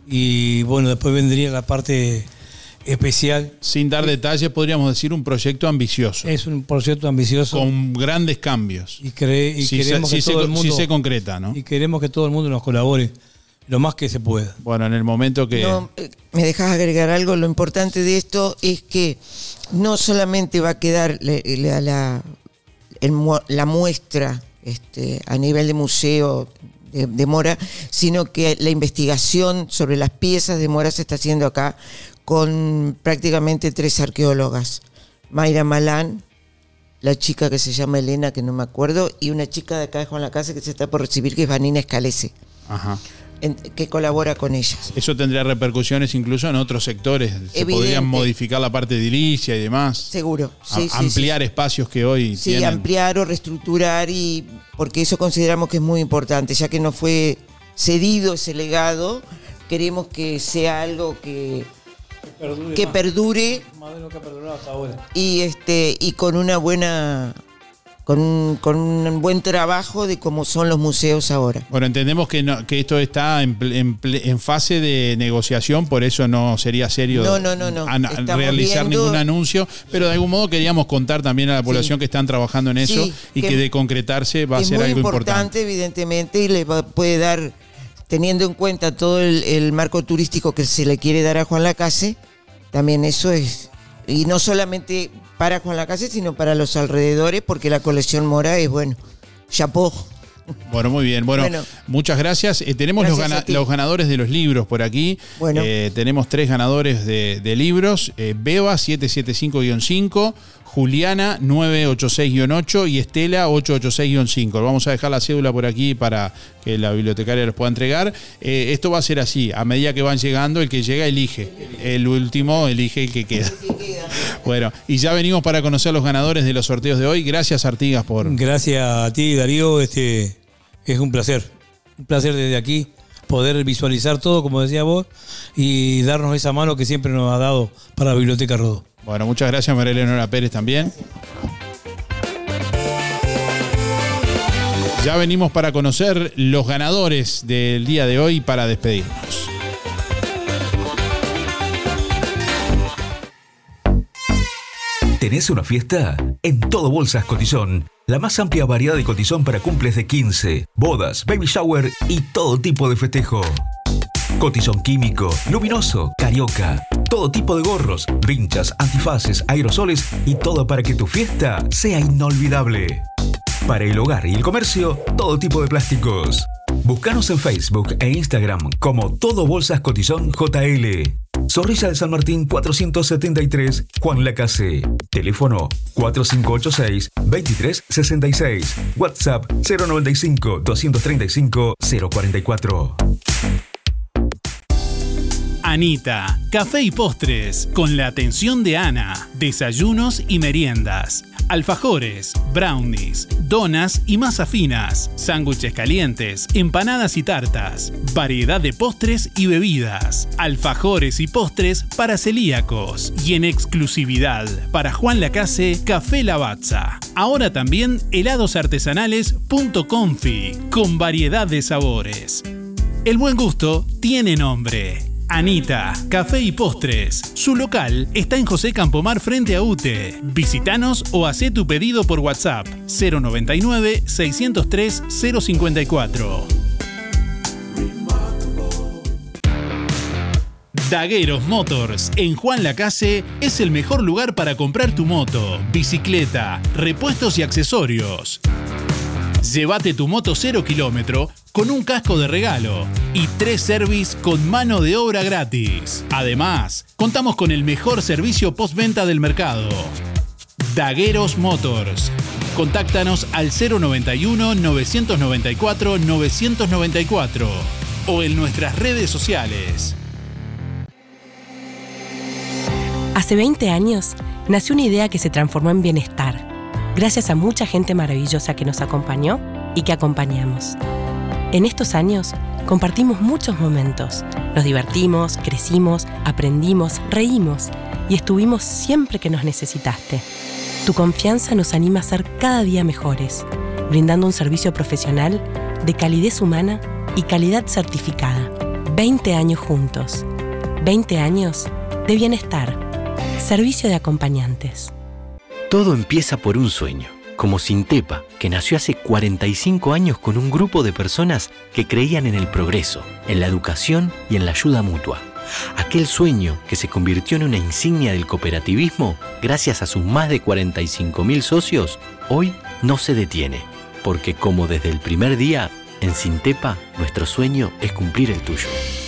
y bueno, después vendría la parte especial. Sin dar detalles, podríamos decir un proyecto ambicioso. Es un proyecto ambicioso. Con grandes cambios. Y, cre- y si queremos se, que si todo se, el mundo... Si se concreta, ¿no? Y queremos que todo el mundo nos colabore lo más que se pueda. Bueno, en el momento que... No, me dejas agregar algo. Lo importante de esto es que no solamente va a quedar la, la, la, el, la muestra Este, a nivel de museo de, de Mora, sino que la investigación sobre las piezas de Mora se está haciendo acá con prácticamente tres arqueólogas. Mayra Malán, la chica que se llama Elena, que no me acuerdo, y una chica de acá de Juan Lacase que se está por recibir, que es Vanina Escalese. Ajá. En, que colabora con ellas. Eso tendría repercusiones incluso en otros sectores. Se Evidente. Podrían modificar la parte edilicia y demás. Seguro. Sí, a, sí, ampliar sí. espacios que hoy sí, tienen. Sí, ampliar o reestructurar, y porque eso consideramos que es muy importante, ya que no fue cedido ese legado, queremos que sea algo que perdure, que más. perdure Más de lo que ha perdurado hasta ahora. Y este y con una buena con, con un buen trabajo de cómo son los museos ahora. Bueno, entendemos que, no, que esto está en, en, en fase de negociación, por eso no sería serio no, no, no, no. An, realizar viendo... ningún anuncio, pero de algún modo queríamos contar también a la población sí. que están trabajando en eso sí, y que, que de concretarse va a ser algo importante. Es muy importante, evidentemente, y le va, puede dar, teniendo en cuenta todo el, el marco turístico que se le quiere dar a Juan Lacase, también eso es, y no solamente para Juan Lacase, sino para los alrededores, porque la colección Mora es, bueno, chapó. Bueno, muy bien. Bueno, bueno muchas gracias. Eh, tenemos gracias los, gana- los ganadores de los libros por aquí. Bueno. Eh, tenemos tres ganadores de, de libros. Eh, Beba siete siete cinco guion cinco, Juliana nueve ocho seis guion ocho y Estela ocho ocho seis guion cinco. Vamos a dejar la cédula por aquí para que la bibliotecaria los pueda entregar. Eh, esto va a ser así. A medida que van llegando, el que llega elige. El último elige el que queda. Bueno, y ya venimos para conocer los ganadores de los sorteos de hoy. Gracias, Artigas, por... Gracias a ti, Darío. Este es un placer. Un placer desde aquí poder visualizar todo, como decía vos, y darnos esa mano que siempre nos ha dado para la Biblioteca Rodó. Bueno, muchas gracias, María Eleonora Pérez también. Ya venimos para conocer los ganadores del día de hoy para despedirnos. ¿Tenés una fiesta? En Todo Bolsas Cotizón. La más amplia variedad de cotizón para cumples de quince, bodas, baby shower y todo tipo de festejo. Cotizón químico, luminoso, carioca. Todo tipo de gorros, vinchas, antifaces, aerosoles y todo para que tu fiesta sea inolvidable. Para el hogar y el comercio, todo tipo de plásticos. Búscanos en Facebook e Instagram como Todo Bolsas Cotizón J L. Zorrilla de San Martín cuatrocientos setenta y tres, Juan Lacase. Teléfono cuatro cinco ocho seis, dos tres seis seis. WhatsApp cero noventa y cinco, doscientos treinta y cinco, cero cuarenta y cuatro. Anita, café y postres, con la atención de Ana, desayunos y meriendas, alfajores, brownies, donas y masas finas, sándwiches calientes, empanadas y tartas, variedad de postres y bebidas, alfajores y postres para celíacos y en exclusividad para Juan Lacase, Café Lavazza. Ahora también helados artesanales punto confi, con variedad de sabores. El buen gusto tiene nombre. Anita, Café y Postres. Su local está en José Campomar frente a U T E. Visítanos o hacé tu pedido por WhatsApp cero noventa y nueve, seiscientos tres, cero cincuenta y cuatro. Dagueros Motors en Juan Lacase es el mejor lugar para comprar tu moto, bicicleta, repuestos y accesorios. Llévate tu moto cero kilómetro con un casco de regalo y tres service con mano de obra gratis. Además, contamos con el mejor servicio postventa del mercado. Dagueros Motors. Contáctanos al cero noventa y uno, novecientos noventa y cuatro, novecientos noventa y cuatro o en nuestras redes sociales. Hace veinte años nació una idea que se transformó en bienestar, gracias a mucha gente maravillosa que nos acompañó y que acompañamos. En estos años compartimos muchos momentos, nos divertimos, crecimos, aprendimos, reímos y estuvimos siempre que nos necesitaste. Tu confianza nos anima a ser cada día mejores, brindando un servicio profesional de calidez humana y calidad certificada. veinte años juntos, veinte años de bienestar. Servicio de acompañantes. Todo empieza por un sueño, como Sintepa, que nació hace cuarenta y cinco años con un grupo de personas que creían en el progreso, en la educación y en la ayuda mutua. Aquel sueño que se convirtió en una insignia del cooperativismo gracias a sus más de cuarenta y cinco mil socios, hoy no se detiene, porque como desde el primer día, en Sintepa, nuestro sueño es cumplir el tuyo.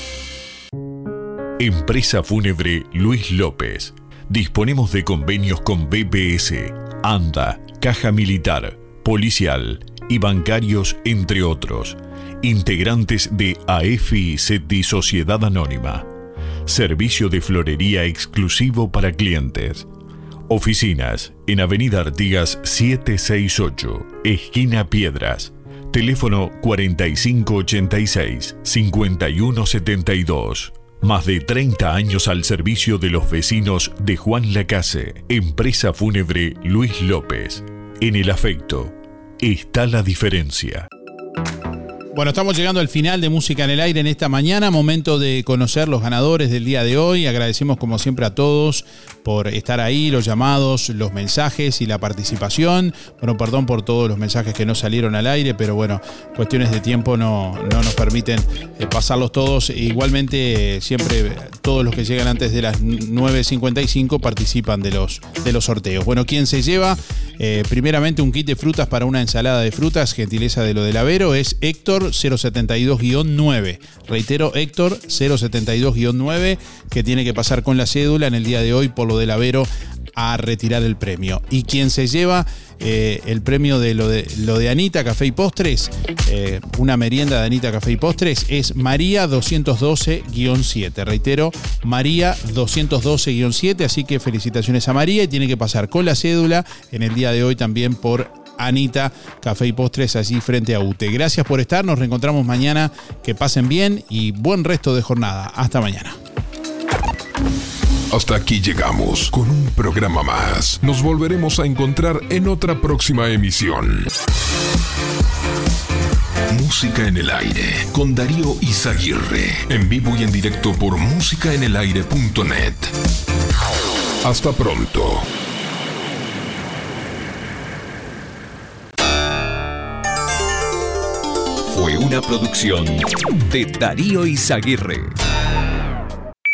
Empresa Fúnebre Luis López. Disponemos de convenios con B P S, ANDA, Caja Militar, Policial y bancarios, entre otros. Integrantes de A F I SETI Sociedad Anónima. Servicio de florería exclusivo para clientes. Oficinas en Avenida Artigas setecientos sesenta y ocho, esquina Piedras. Teléfono cuarenta y cinco ochenta y seis, cincuenta y uno setenta y dos. Más de treinta años al servicio de los vecinos de Juan Lacase. Empresa Fúnebre Luis López. En el afecto está la diferencia. Bueno, estamos llegando al final de Música en el Aire en esta mañana. Momento de conocer los ganadores del día de hoy. Agradecemos como siempre a todos por estar ahí, los llamados, los mensajes y la participación. Bueno, perdón por todos los mensajes que no salieron al aire, pero bueno, cuestiones de tiempo no, no nos permiten eh, pasarlos todos. Igualmente, eh, siempre todos los que llegan antes de las nueve cincuenta y cinco participan de los, de los sorteos. Bueno, ¿quién se lleva? Eh, primeramente un kit de frutas para una ensalada de frutas, gentileza de lo del Avero, es Héctor cero setenta y dos guión nueve. Reitero, Héctor cero setenta y dos guión nueve, que tiene que pasar con la cédula en el día de hoy por lo del Avero a retirar el premio. Y quien se lleva eh, el premio de lo, de lo de Anita Café y Postres, eh, una merienda de Anita Café y Postres, es María doscientos doce guión siete. Reitero, María doscientos doce guión siete, así que felicitaciones a María y tiene que pasar con la cédula en el día de hoy también por Anita Café y Postres allí frente a U T E. Gracias por estar, nos reencontramos mañana, que pasen bien y buen resto de jornada. Hasta mañana. Hasta aquí llegamos con un programa más. Nos volveremos a encontrar en otra próxima emisión. Música en el Aire con Darío Izaguirre, en vivo y en directo por música en el aire punto net. Hasta pronto. Fue una producción de Darío Izaguirre.